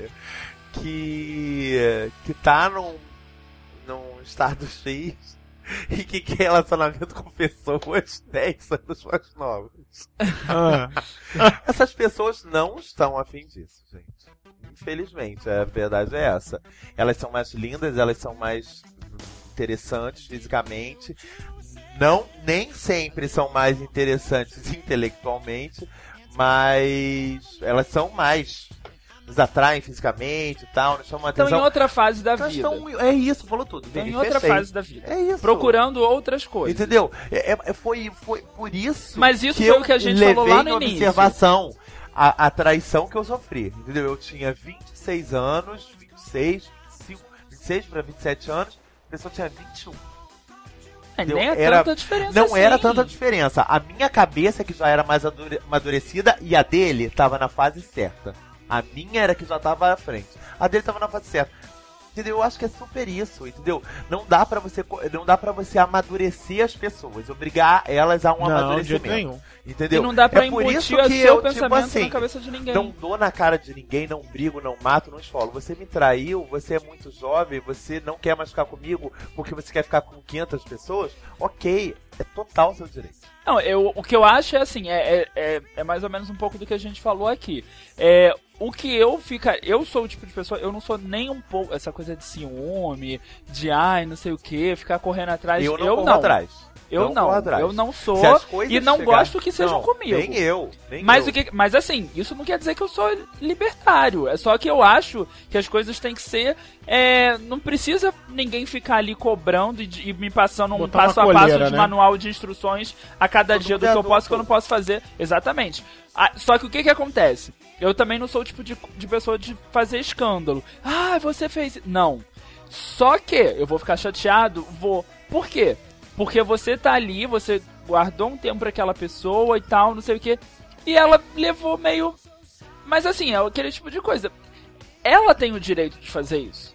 que, que tá num, num estado X e que quer relacionamento com pessoas dez anos mais novas. Ah. Essas pessoas não estão afim disso, gente. Infelizmente, a verdade é essa. Elas são mais lindas, elas são mais interessantes fisicamente, não, nem sempre são mais interessantes intelectualmente, mas elas são mais, nos atraem fisicamente e tal, nos chamam atenção. Estão em outra fase da Elas vida. Estão, é isso, falou tudo. Estão em outra fechei. fase da vida. É isso. Procurando outras coisas. Entendeu? É, é, foi, foi por isso Mas isso que foi o que a gente falou lá no início. Observação a, a traição que eu sofri, entendeu? Eu tinha vinte e seis anos, vinte e seis, vinte e cinco, vinte e seis para vinte e sete anos, a pessoa tinha vinte e um. É, nem é era, tanta diferença Não assim. era tanta diferença. A minha cabeça que já era mais amadurecida e a dele estava na fase certa. A minha era que já estava à frente. A dele estava na fase certa. Entendeu? Eu acho que é super isso, entendeu? Não dá pra você, não dá pra você amadurecer as pessoas, obrigar elas a um não, amadurecimento. De nenhum. Entendeu? E não dá pra é por embutir isso o que seu eu, pensamento tipo assim, na cabeça de ninguém. Não dou na cara de ninguém, não brigo, não mato, não esfolo. Você me traiu, você é muito jovem, você não quer mais ficar comigo porque você quer ficar com quinhentas pessoas? Ok, é total seu direito. Não, eu, o que eu acho é assim, é, é, é, é mais ou menos um pouco do que a gente falou aqui. É, o que eu fica, eu sou o tipo de pessoa, eu não sou nem um pouco essa coisa de ciúme, de ai, não sei o que, ficar correndo atrás. Eu não eu corro não. atrás. Eu não, não eu não sou e não chegar... gosto que sejam não, comigo. Nem eu, nem mas, eu. O que, mas assim, isso não quer dizer que eu sou libertário. É só que eu acho que as coisas têm que ser. É, não precisa ninguém ficar ali cobrando e, e me passando um Botar passo a colheira, passo de né? manual de instruções a cada Todo dia do é que eu adulto. posso e que eu não posso fazer. Exatamente. Ah, só que o que que acontece? Eu também não sou o tipo de, de pessoa de fazer escândalo. Ah, você fez. Não. Só que eu vou ficar chateado, vou. Por quê? Porque você tá ali, você guardou um tempo pra aquela pessoa e tal, não sei o que, e ela levou meio... Mas assim, é aquele tipo de coisa. Ela tem o direito de fazer isso.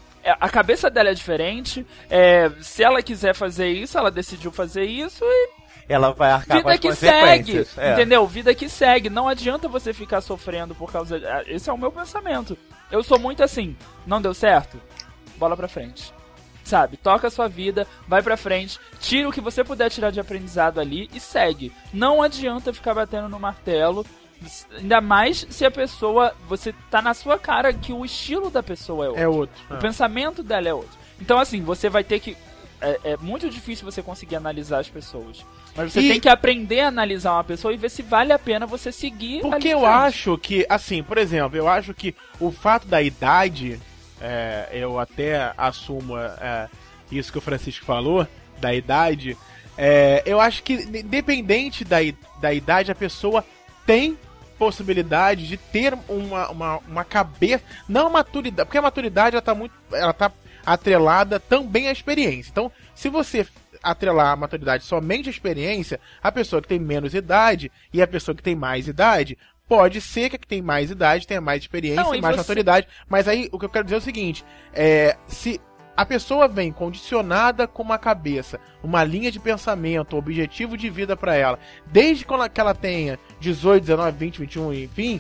A cabeça dela é diferente, é, se ela quiser fazer isso, ela decidiu fazer isso e... Ela vai arcar com Vida as que segue, consequências. É. entendeu? Vida que segue. Não adianta você ficar sofrendo por causa... De... Esse é o meu pensamento. Eu sou muito assim, não deu certo? Bola pra frente. Sabe, toca a sua vida, vai pra frente, tira o que você puder tirar de aprendizado ali e segue. Não adianta ficar batendo no martelo, ainda mais se a pessoa, você tá na sua cara que o estilo da pessoa é outro. É outro. O é. pensamento dela é outro. Então assim, você vai ter que... É, é muito difícil você conseguir analisar as pessoas. Mas você E- tem que aprender a analisar uma pessoa e ver se vale a pena você seguir ali Porque em eu frente. acho que, assim, por exemplo, eu acho que o fato da idade, é, eu até assumo é, isso que o Francisco falou, da idade, é, eu acho que, independente da, i- da idade, a pessoa tem possibilidade de ter uma, uma, uma cabeça, não a maturidade, porque a maturidade ela tá muito, ela tá atrelada também à experiência. Então, se você atrelar a maturidade somente à experiência, a pessoa que tem menos idade e a pessoa que tem mais idade, pode ser que a que tem mais idade tenha mais experiência Não, e e mais você- maturidade, mas aí o que eu quero dizer é o seguinte, é, se a pessoa vem condicionada com uma cabeça, uma linha de pensamento, um objetivo de vida pra ela, desde quando ela- que ela tenha dezoito, dezenove, vinte, vinte e um, enfim,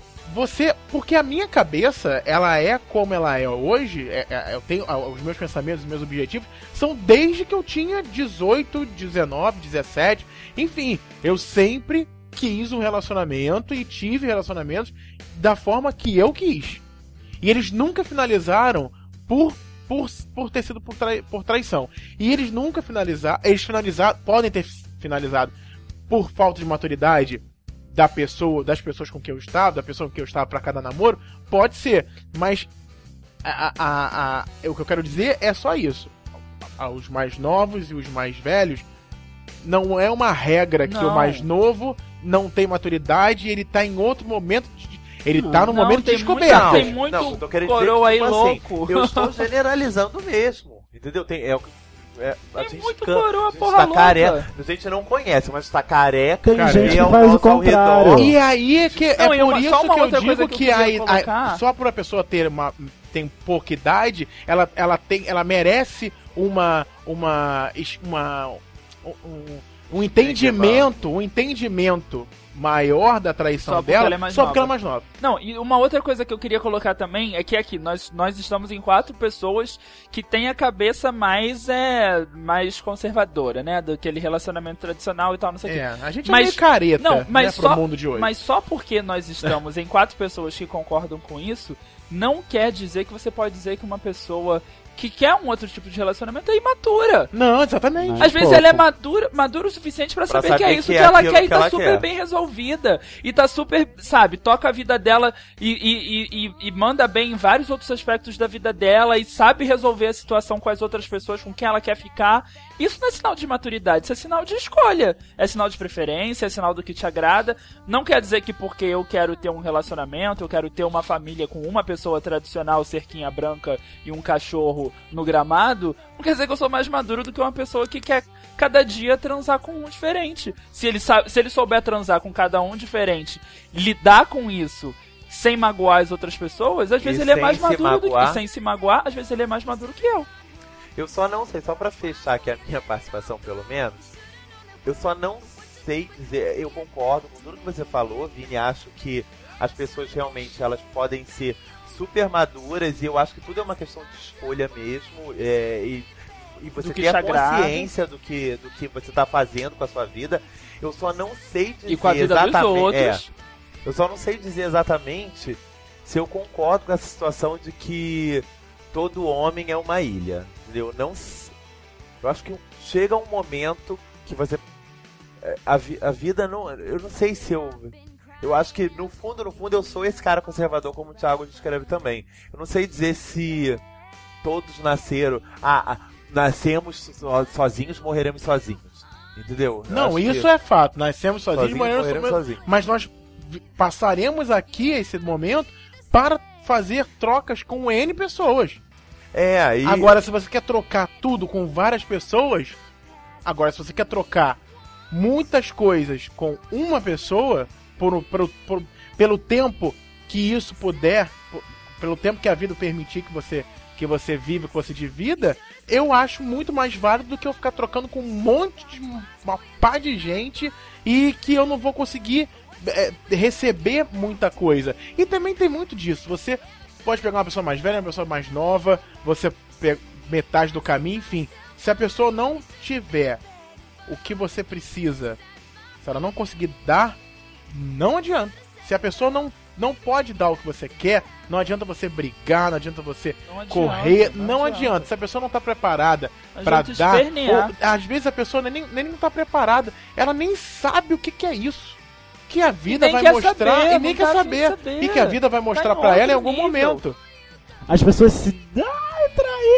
você, porque a minha cabeça, ela é como ela é hoje, é- é- eu tenho ah, os meus pensamentos, os meus objetivos, são desde que eu tinha dezoito, dezenove, dezessete, enfim, eu sempre quis um relacionamento e tive relacionamentos da forma que eu quis. E eles nunca finalizaram por, por, por ter sido por, trai, por traição. E eles nunca finalizaram. Eles finalizaram, podem ter finalizado por falta de maturidade da pessoa, das pessoas com quem eu estava, da pessoa com quem eu estava para cada namoro. Pode ser. Mas a, a, a, a, o que eu quero dizer é só isso. Os mais novos e os mais velhos, não é uma regra que Não. o mais novo não tem maturidade e ele tá em outro momento de, ele Não, tá no não, momento de tem descoberta. muito- tem muito não, eu tô querendo dizer coroa que, aí tipo louco. assim, eu estou generalizando mesmo, entendeu? Tem, é, o que- é, a Tem gente muito can- coroa a gente porra tá louca. careca, a gente não conhece, mas tá careca. Tem Cara, gente e que ao faz o nosso ao contrário. redor. E aí é que Não, é e por uma- isso só uma que eu outra coisa digo que que, eu a, queria a- colocar. só por a pessoa ter uma tem pouca idade, ela, ela tem ela merece uma uma uma um, um entendimento, um entendimento maior da traição Só porque dela, ela é mais só nova. porque ela é mais nova. Não, e uma outra coisa que eu queria colocar também é que aqui nós, nós estamos em quatro pessoas que têm a cabeça mais é mais conservadora, né, do aquele relacionamento tradicional e tal, não sei o É, a gente Mas- é meio careta, Não, mas né, só- pro mundo de hoje. Mas só porque nós estamos em quatro pessoas que concordam com isso, não quer dizer que você pode dizer que uma pessoa que quer um outro tipo de relacionamento é imatura. Não, exatamente. Mas- Às vezes pouco. ela é madura, madura o suficiente pra Pra saber, que é saber isso que que, é ela aquilo quer e que tá ela super quer. bem resolvida. E tá super, sabe, toca a vida dela e, e, e, e- e manda bem em vários outros aspectos da vida dela e sabe resolver a situação com as outras pessoas com quem ela quer ficar. Isso não é sinal de maturidade, isso é sinal de escolha. É sinal de preferência, é sinal do que te agrada. Não quer dizer que porque eu quero ter um relacionamento, eu quero ter uma família com uma pessoa tradicional, cerquinha branca e um cachorro no gramado, não quer dizer que eu sou mais maduro do que uma pessoa que quer cada dia transar com um diferente. Se ele, sabe, se ele souber transar com cada um diferente, lidar com isso sem magoar as outras pessoas, às vezes E ele é sem mais se maduro do que magoar. sem se magoar, às vezes ele é mais maduro que eu. Eu só não sei, só pra fechar aqui a minha participação pelo menos, eu só não sei dizer, eu concordo com tudo que você falou, Vini, acho que as pessoas realmente elas podem ser super maduras e eu acho que tudo é uma questão de escolha mesmo, é, e, e você Do que ter te a agrada. consciência do que, do que você tá fazendo com a sua vida. Eu só não sei dizer E com a vida dos exatamente. outros. é, eu só não sei dizer exatamente se eu concordo com essa situação de que todo homem é uma ilha. Entendeu? Não, s- eu acho que chega um momento que você. é, A, vi- a vida não. Eu não sei se eu. Eu acho que no fundo, no fundo, eu sou esse cara conservador, como o Thiago descreve também. Eu não sei dizer se todos nasceram. Ah, ah, nascemos so- sozinhos, morreremos sozinhos. Entendeu? Eu Não, acho isso que é fato. Nascemos sozinhos, sozinhos, morremos morreremos sozinhos. sozinhos. Mas nós vi- passaremos aqui esse momento para fazer trocas com N pessoas. É, aí. Agora, se você quer trocar tudo com várias pessoas, agora se você quer trocar muitas coisas com uma pessoa, por, por- por- pelo tempo que isso puder, por- pelo tempo que a vida permitir que você, que você vive, que você divida, eu acho muito mais válido do que eu ficar trocando com um monte de uma pá de gente e que eu não vou conseguir é, receber muita coisa. E também tem muito disso. Você pode pegar uma pessoa mais velha, uma pessoa mais nova, você pega metade do caminho, enfim. Se a pessoa não tiver o que você precisa, se ela não conseguir dar, não adianta. Se a pessoa não, não pode dar o que você quer, não adianta você brigar, não adianta você Não adianta, correr, não, adianta. Se a pessoa não tá preparada Não pra adianta dar, espernear. ou, às vezes a pessoa nem, nem tá preparada, ela nem sabe o que, que é isso. Que a vida nem vai quer mostrar saber, e nem não quer tá afim de saber. saber. E que a vida vai mostrar em pra ela em outro algum nível. momento. As pessoas se. Ai,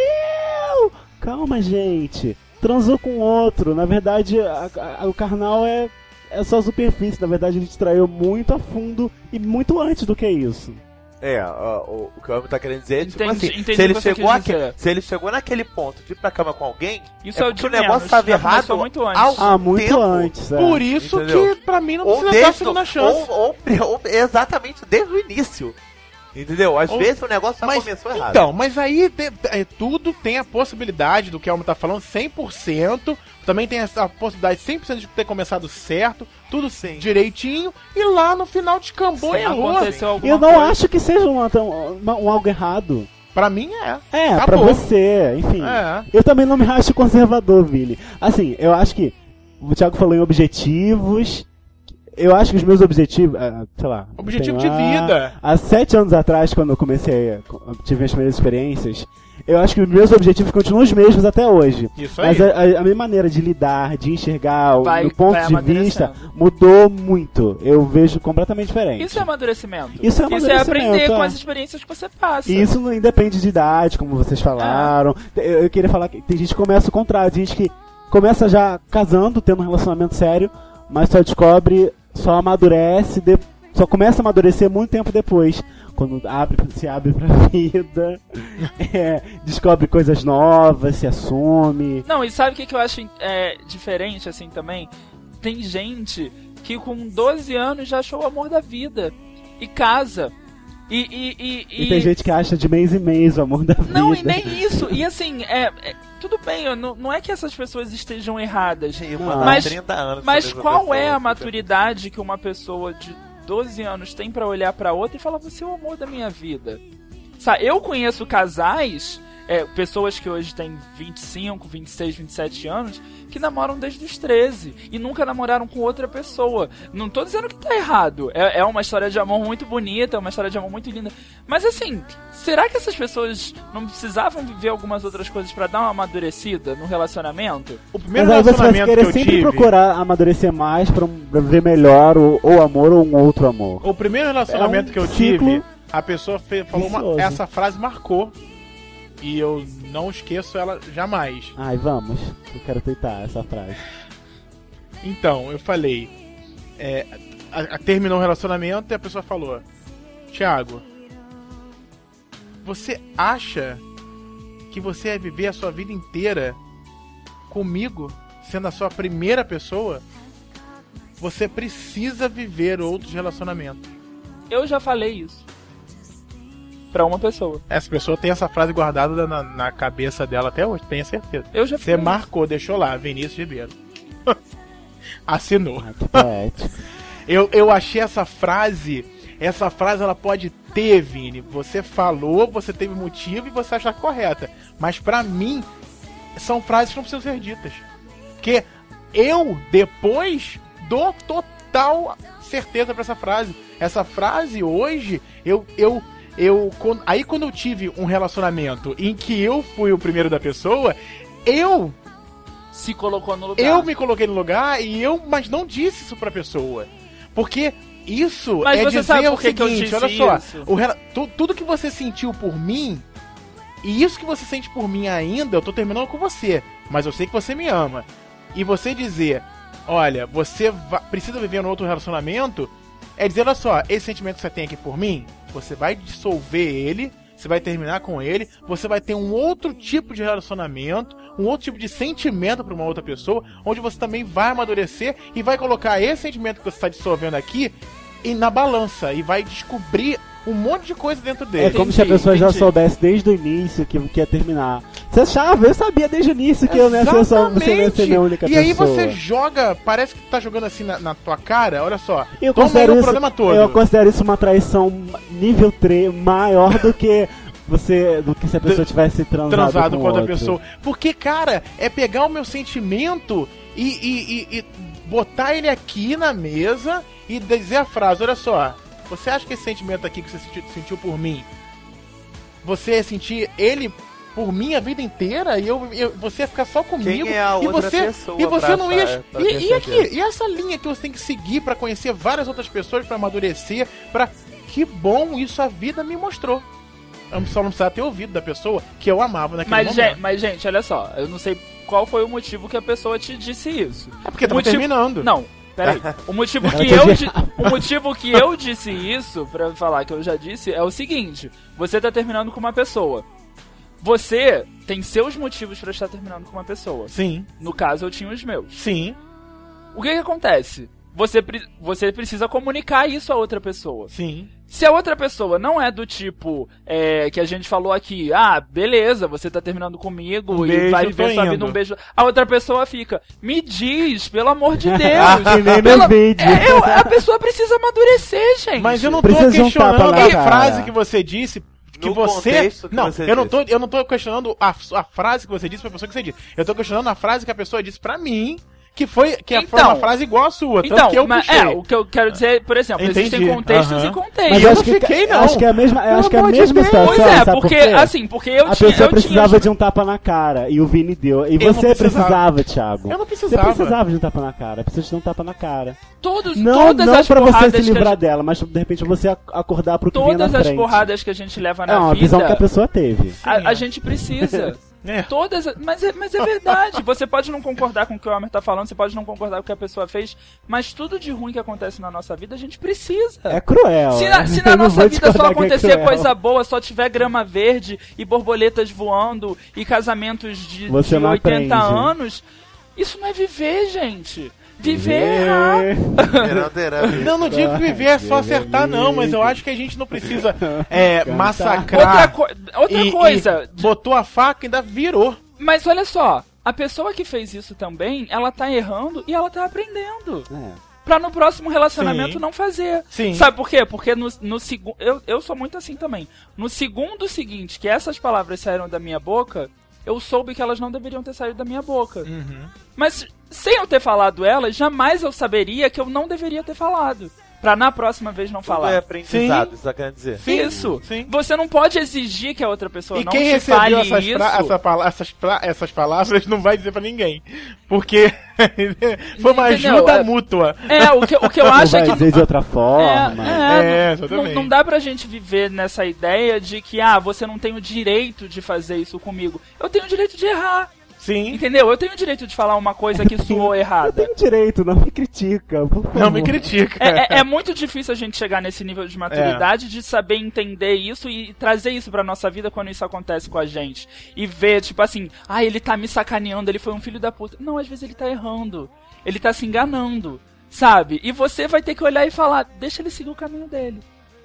traiu! Calma, gente. Transou com outro. Na verdade, a- a- o carnal é, é só superfície. Na verdade, a gente traiu muito a fundo e muito antes do que isso. É, ó, o, o que o homem tá querendo dizer é, tipo Entendi- assim, entendi se ele, o que você chegou quis aque- dizer. se ele chegou naquele ponto de ir pra cama com alguém, Isso é é o porque de o negócio menos, tava já começou errado muito antes. ao Ah, muito tempo. antes. É. Por isso Entendeu? que pra mim não Ou precisa dar a desde, segunda o- chance. ou, ou, ou exatamente desde o início. Entendeu? Às Ou- vezes o negócio já Mas, começou errado. então, mas aí de- é, tudo tem a possibilidade do que o Elmo tá falando, cem por cento. Também tem essa possibilidade cem por cento de ter começado certo, tudo Sim. direitinho. E lá no final descambou e errou. Aconteceu alguma Eu não coisa. acho que seja um, um, um algo errado. Pra mim é. É, Acabou. pra você, enfim. É. Eu também não me acho conservador, Vili. Assim, eu acho que o Thiago falou em objetivos. eu acho que os meus objetivos, uh, sei lá... Objetivo tenho, de vida. Há, há sete anos atrás, quando eu comecei, a, tive as primeiras experiências, eu acho que os meus objetivos continuam os mesmos até hoje. Isso aí. Mas a, a, a minha maneira de lidar, de enxergar, Vai- o ponto vai de vista, mudou muito. Eu vejo completamente diferente. Isso é amadurecimento. Isso é Isso é amadurecimento, aprender é. com as experiências que você passa. E isso não independe de idade, como vocês falaram. Ah. Eu, eu queria falar que tem gente que começa o contrário, tem gente que começa já casando, tendo um relacionamento sério, mas só descobre, só amadurece, de, só começa a amadurecer muito tempo depois. Quando abre, se abre pra vida, é, descobre coisas novas, se assume. Não, e sabe o que, que eu acho é, diferente, assim, também? Tem gente que com doze anos já achou o amor da vida. E casa. E, e, e, E, tem gente que acha de mês em mês o amor da vida. Não, e nem isso. E assim, é, é- tudo bem, eu não, não é que essas pessoas estejam erradas. Eu Não, vou dar mas- trinta anos Mas pra essa qual pessoa, é a assim, maturidade que uma pessoa de doze anos tem pra olhar pra outra e falar, você é o amor da minha vida? Sabe, eu conheço casais, é, pessoas que hoje têm vinte e cinco, vinte e seis, vinte e sete anos, que namoram desde os treze e nunca namoraram com outra pessoa. Não tô dizendo que tá errado. É, é uma história de amor muito bonita, é uma história de amor muito linda. Mas assim, será que essas pessoas não precisavam viver algumas outras coisas pra dar uma amadurecida no relacionamento? O primeiro Mas aí você vai relacionamento querer que eu sempre tive... procurar amadurecer mais pra, um- pra ver melhor o, o amor ou um outro amor. O primeiro relacionamento É um que eu ciclo tive, a pessoa fe- falou uma, vicioso. essa frase marcou. E eu não esqueço ela jamais. Ai, vamos. Eu quero tentar essa frase. Então, eu falei. É, a, a- terminou o relacionamento e a pessoa falou: Thiago, você acha que você vai viver a sua vida inteira comigo, sendo a sua primeira pessoa? Você precisa viver outros relacionamentos. Eu já falei isso. Pra uma pessoa. Essa pessoa tem essa frase guardada na, na cabeça dela até hoje, tenho certeza. Eu já Você falei marcou, deixou lá, Vinícius Ribeiro. Assinou. Ai, que poético. Eu, eu achei essa frase, essa frase ela pode ter, Vini. Você falou, você teve motivo e você acha correta. Mas pra mim, são frases que não precisam ser ditas. Porque eu, depois, dou total certeza pra essa frase. Essa frase, hoje, eu... eu Eu, quando- aí quando eu tive um relacionamento em que eu fui o primeiro da pessoa, eu, Se colocou no lugar. eu me coloquei no lugar e eu, mas não disse isso pra pessoa. Porque isso Mas é você dizer sabe o por que que eu seguinte, disse olha só, isso? o rela- tu- tudo que você sentiu por mim, e isso que você sente por mim ainda, eu tô terminando com você, mas eu sei que você me ama. E você dizer, olha, você va- precisa viver um outro relacionamento, é dizer, olha só, esse sentimento que você tem aqui por mim, você vai dissolver ele, você vai terminar com ele, você vai ter um outro tipo de relacionamento, um outro tipo de sentimento para uma outra pessoa, onde você também vai amadurecer e vai colocar esse sentimento que você está dissolvendo aqui e na balança e vai descobrir um monte de coisa dentro dele. É como se a Entendi, pessoa já entendi. soubesse desde o início que, que ia terminar. Você achava, eu sabia desde o início que eu não ia ser só, você não ia ser minha única e pessoa. aí você joga, parece que tá jogando assim na, na tua cara, olha só, Eu toma aí considero, o isso, problema todo. eu considero isso uma traição nível três maior do que você, do que se a pessoa tivesse transado, transado com, com outra outro. pessoa. Porque, cara, é pegar o meu sentimento e, e- e- e botar ele aqui na mesa e dizer a frase, olha só, você acha que esse sentimento aqui que você sentiu, sentiu por mim, você ia sentir ele por mim a vida inteira e eu, eu- você ia ficar só comigo Quem é a e outra você, pessoa e você pra não ia... achar- pra E, ter e aqui, certeza? e essa linha que você tem que seguir pra conhecer várias outras pessoas, pra amadurecer, pra... Que bom, isso a vida me mostrou. Eu só não precisava ter ouvido da pessoa que eu amava naquele Mas, momento. gente, mas, gente, olha só. Eu não sei qual foi o motivo que a pessoa te disse isso. É porque tava motivo- terminando. Não, peraí. O motivo que Ela eu, te di- o motivo que eu disse isso, pra falar que eu já disse, é o seguinte. Você tá terminando com uma pessoa. Você tem seus motivos pra estar terminando com uma pessoa. Sim, No caso, eu tinha os meus. sim, O que que acontece? Você, pre- você precisa comunicar isso a outra pessoa. sim. Se a outra pessoa não é do tipo é, que a gente falou aqui, ah, beleza, você tá terminando comigo Um e beijo, vai tô viver sua indo. vida, um beijo. A outra pessoa fica, me diz, pelo amor de Deus. Que nem Pela- no vídeo. É, eu- a pessoa precisa amadurecer, gente. Mas eu não tô Precisa de um questionando tapa na a cara. frase que você disse. Que No você. contexto que Não, você eu não, disse. tô, eu não tô questionando a, a frase que você disse pra pessoa que você disse. Eu tô questionando a frase que a pessoa disse pra mim. que foi, que Então, foi uma frase igual a sua, tanto Então, que eu mas, puxei. é, o que eu quero dizer, por exemplo, Entendi. existem contextos Aham. e contextos. Mas eu acho não que, fiquei, não. acho que é a mesma, eu acho que é a amor de mesma Deus. situação, Pois é, sabe porque, por quê? assim, porque eu A tinha... pessoa eu precisava tinha... de um tapa na cara e o Vini deu. E Eu não você precisava. precisava, Thiago. Eu não Você precisava. precisava de um tapa na cara. Precisa de um tapa na cara. Todos, Não, todas não as pra você porradas se que a livrar gente- dela, mas de repente você ac- acordar pro que vem na Todas as frente. porradas que a gente leva na É uma vida, visão que a pessoa teve. a, a gente precisa. É. Todas, mas é, mas é verdade. Você pode não concordar com o que o Homer tá falando, você pode não concordar com o que a pessoa fez, mas tudo de ruim que acontece na nossa vida a gente precisa. É cruel. Se na, é. se na Eu não nossa vou vida só discordar que é acontecer cruel. coisa boa, só tiver grama verde e borboletas voando e casamentos de, Você de não oitenta aprende. anos, isso não é viver, gente. Viver é errar. Geraldo era mesmo. Não, não digo que viver é só acertar, não, mas eu acho que a gente não precisa é, massacrar. Outra, co outra e- coisa, e botou a faca e ainda virou. mas olha só, a pessoa que fez isso também, ela tá errando e ela tá aprendendo. É. Pra no próximo relacionamento Sim. não fazer. Sim. Sabe por quê? Porque no, no segundo. Eu, eu sou muito assim também. No segundo seguinte que essas palavras saíram da minha boca, eu soube que elas não deveriam ter saído da minha boca. Uhum. Mas sem eu ter falado elas, jamais eu saberia que eu não deveria ter falado. Pra na próxima vez não Tudo falar. é aprendizado, Sim. isso quer dizer. Sim, Isso. sim. Você não pode exigir que a outra pessoa E não quem te fale recebeu essas, isso. fra- essa pala- essas, fra- essas palavras não vai dizer pra ninguém. Porque foi uma Entendeu? ajuda É- mútua. É, o que, o que eu Não acho é vai que... dizer de outra forma. É, É, é, exatamente. não, não dá pra gente viver nessa ideia de que, ah, você não tem o direito de fazer isso comigo. Eu tenho o direito de errar, Sim. entendeu? Eu tenho o direito de falar uma coisa que soou Eu errada. tenho direito, não me critica. Por favor. Não me critica. É, é- é muito difícil a gente chegar nesse nível de maturidade de saber entender isso e trazer isso pra nossa vida quando isso acontece com a gente. E ver, tipo assim, ah, ele tá me sacaneando, ele foi um filho da puta. Não, às vezes ele tá errando. Ele tá se enganando, sabe? E você vai ter que olhar e falar, deixa ele seguir o caminho dele.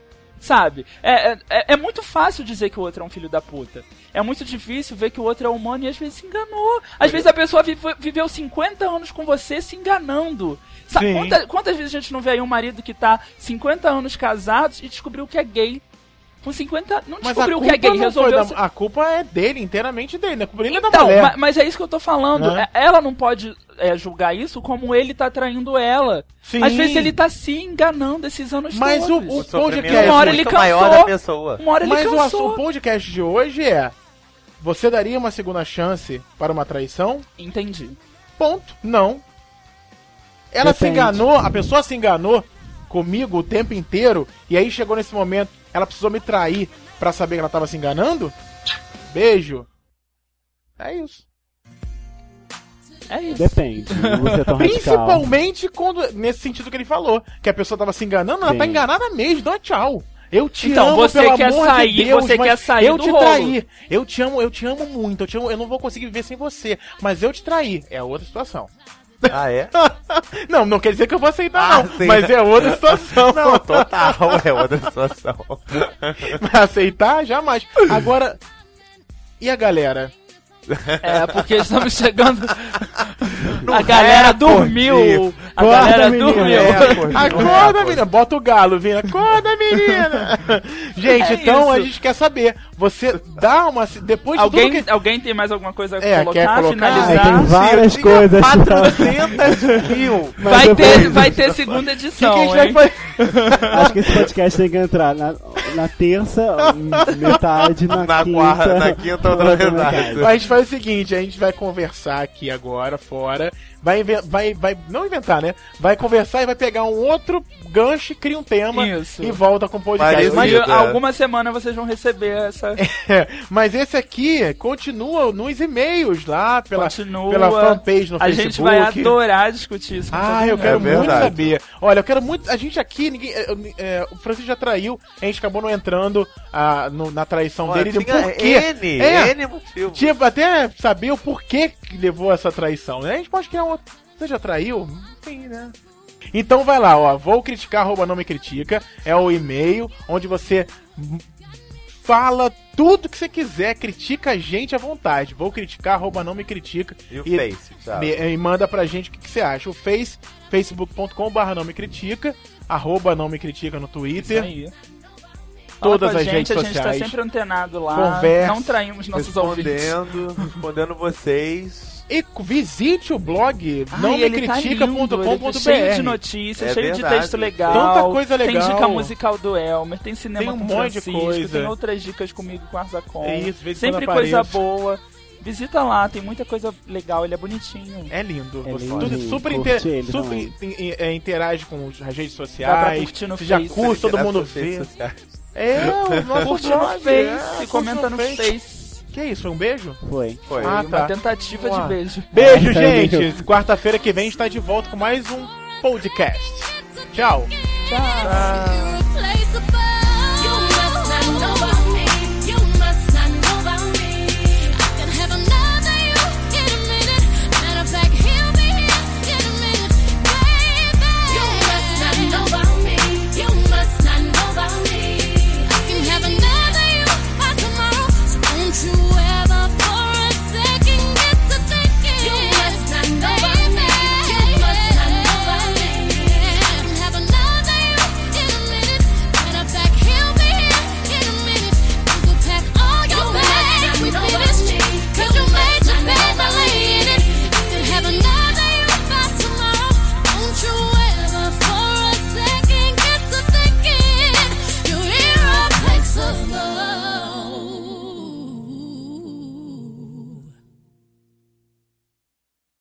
Sabe? É, é, é muito fácil dizer que o outro é um filho da puta. É muito difícil ver que o outro é humano e às vezes se enganou. Às vezes a pessoa vive- viveu cinquenta anos com você se enganando. Sabe, Sim. quanta- quantas vezes a gente não vê aí um marido que tá cinquenta anos casados e descobriu que é gay? Com cinquenta, não Mas a descobriu culpa, que é gay, não foi resolveu... da, se- a culpa é dele, inteiramente dele, né? A culpa dele é da Então, mulher. ma- mas é isso que eu tô falando. Né? É- Ela não pode é, julgar isso como ele tá traindo ela. Sim. Às vezes ele tá se enganando esses anos Mas o- todos. o- O sofrimento podcast- é Uma hora ele muito maior cansou. da pessoa. Uma hora ele Mas o, cansou. assu- o podcast de hoje é: você daria uma segunda chance para uma traição? Entendi. Ponto. Não. Ela se Depende. enganou, a pessoa se enganou comigo o tempo inteiro, e aí chegou nesse momento, ela precisou me trair pra saber que ela tava se enganando? Beijo. É isso. É isso. Depende. Não vou ser tão radical. Principalmente quando, nesse sentido que ele falou, que a pessoa tava se enganando, ela Sim. tá enganada mesmo, dá tchau. Eu te Então, amo, você pelo quer amor sair, de Deus, você mas quer sair eu do te rolo. traí. Eu te amo, eu te amo muito, eu, te amo, eu não vou conseguir viver sem você, mas eu te traí. É outra situação. Ah, é? Não, não quer dizer que eu vou aceitar, Ah, não. sim. Mas é outra situação. Não, total, é outra situação. Mas aceitar, jamais. Agora, e a galera? É, porque estamos chegando. No a galera recorde. dormiu. A Acorda, galera menino. dormiu. Recorde. Acorda, menina. Bota o galo, Vina. Acorda, menina. Gente, É então a isso. gente quer saber. Você dá uma... Depois de Alguém, tudo que... alguém tem mais alguma coisa a É, colocar, quer colocar? Aí finalizar? tem várias Tinha coisas. quatrocentos mil. Mas Vai depois- ter, vai ter segunda O que, que edição, a gente hein? vai fazer? Acho que esse podcast tem que entrar na, na terça, metade, na, Na quinta. quarta- na quinta, outra metade. A gente faz o seguinte, a gente vai conversar aqui agora, fora, vai, inven- vai, vai não inventar, né? Vai conversar e vai pegar um outro gancho, cria um tema Isso. e volta com o podcast. Parecido. Mas, Mas é. alguma semana vocês vão receber essa. é, mas esse aqui continua nos e-mails lá, pela, Continua. pela fanpage no A Facebook. gente vai adorar discutir isso com Ah, todo eu mundo. quero É muito verdade. saber. Olha, eu quero muito. A gente aqui, ninguém, é, é, o Francisco já traiu, a gente acabou não entrando ah, no- na traição Olha, dele. tinha Por quê? N, É. N motivo. Tipo, até saber o porquê que levou essa traição, né? A gente pode criar um outro. Você já traiu? Sim, né? Então vai lá, ó. Vou criticar, arroba não me critica. É o e-mail onde você fala tudo que você quiser, critica a gente à vontade. Vou criticar, arroba não me critica. E o Face, sabe? Me- e manda pra gente o que, que você acha. O Face, facebook ponto com barra não me critica, arroba não me critica no Isso Twitter. aí. Fala todas com a as gente, redes a gente sociais. tá sempre antenado lá. Converse, não traímos nossos ouvintes. Respondendo, respondendo vocês. E visite o blog Ai, não me ele tá critica ponto com lindo, ponto ele tá cheio b r. de notícias, É cheio verdade. de texto legal. Tanta coisa Tem legal. dica musical do Elmer, tem cinema Tem um com monte de Francisco, coisa. tem outras dicas comigo com Arzacon. É isso, de vez em sempre quando coisa apareço. boa. Visita lá, tem muita coisa legal, ele é bonitinho. É lindo. É Você lindo, tudo lindo. super, Curte inter, ele super também. in- é, interage com as redes Dá pra sociais. curtir no Você já Face. curte, todo Será mundo nas redes vê. sociais? É, o nosso Curte no blog, Face, é, curte comenta no Face. Face. Que isso, foi um beijo? Foi. Foi. Ah, Uma tá. tentativa Uau. de beijo. Beijo, Ah, gente! saiu. Quarta-feira que vem a gente tá de volta com mais um podcast. Tchau! Tchau. Tchau.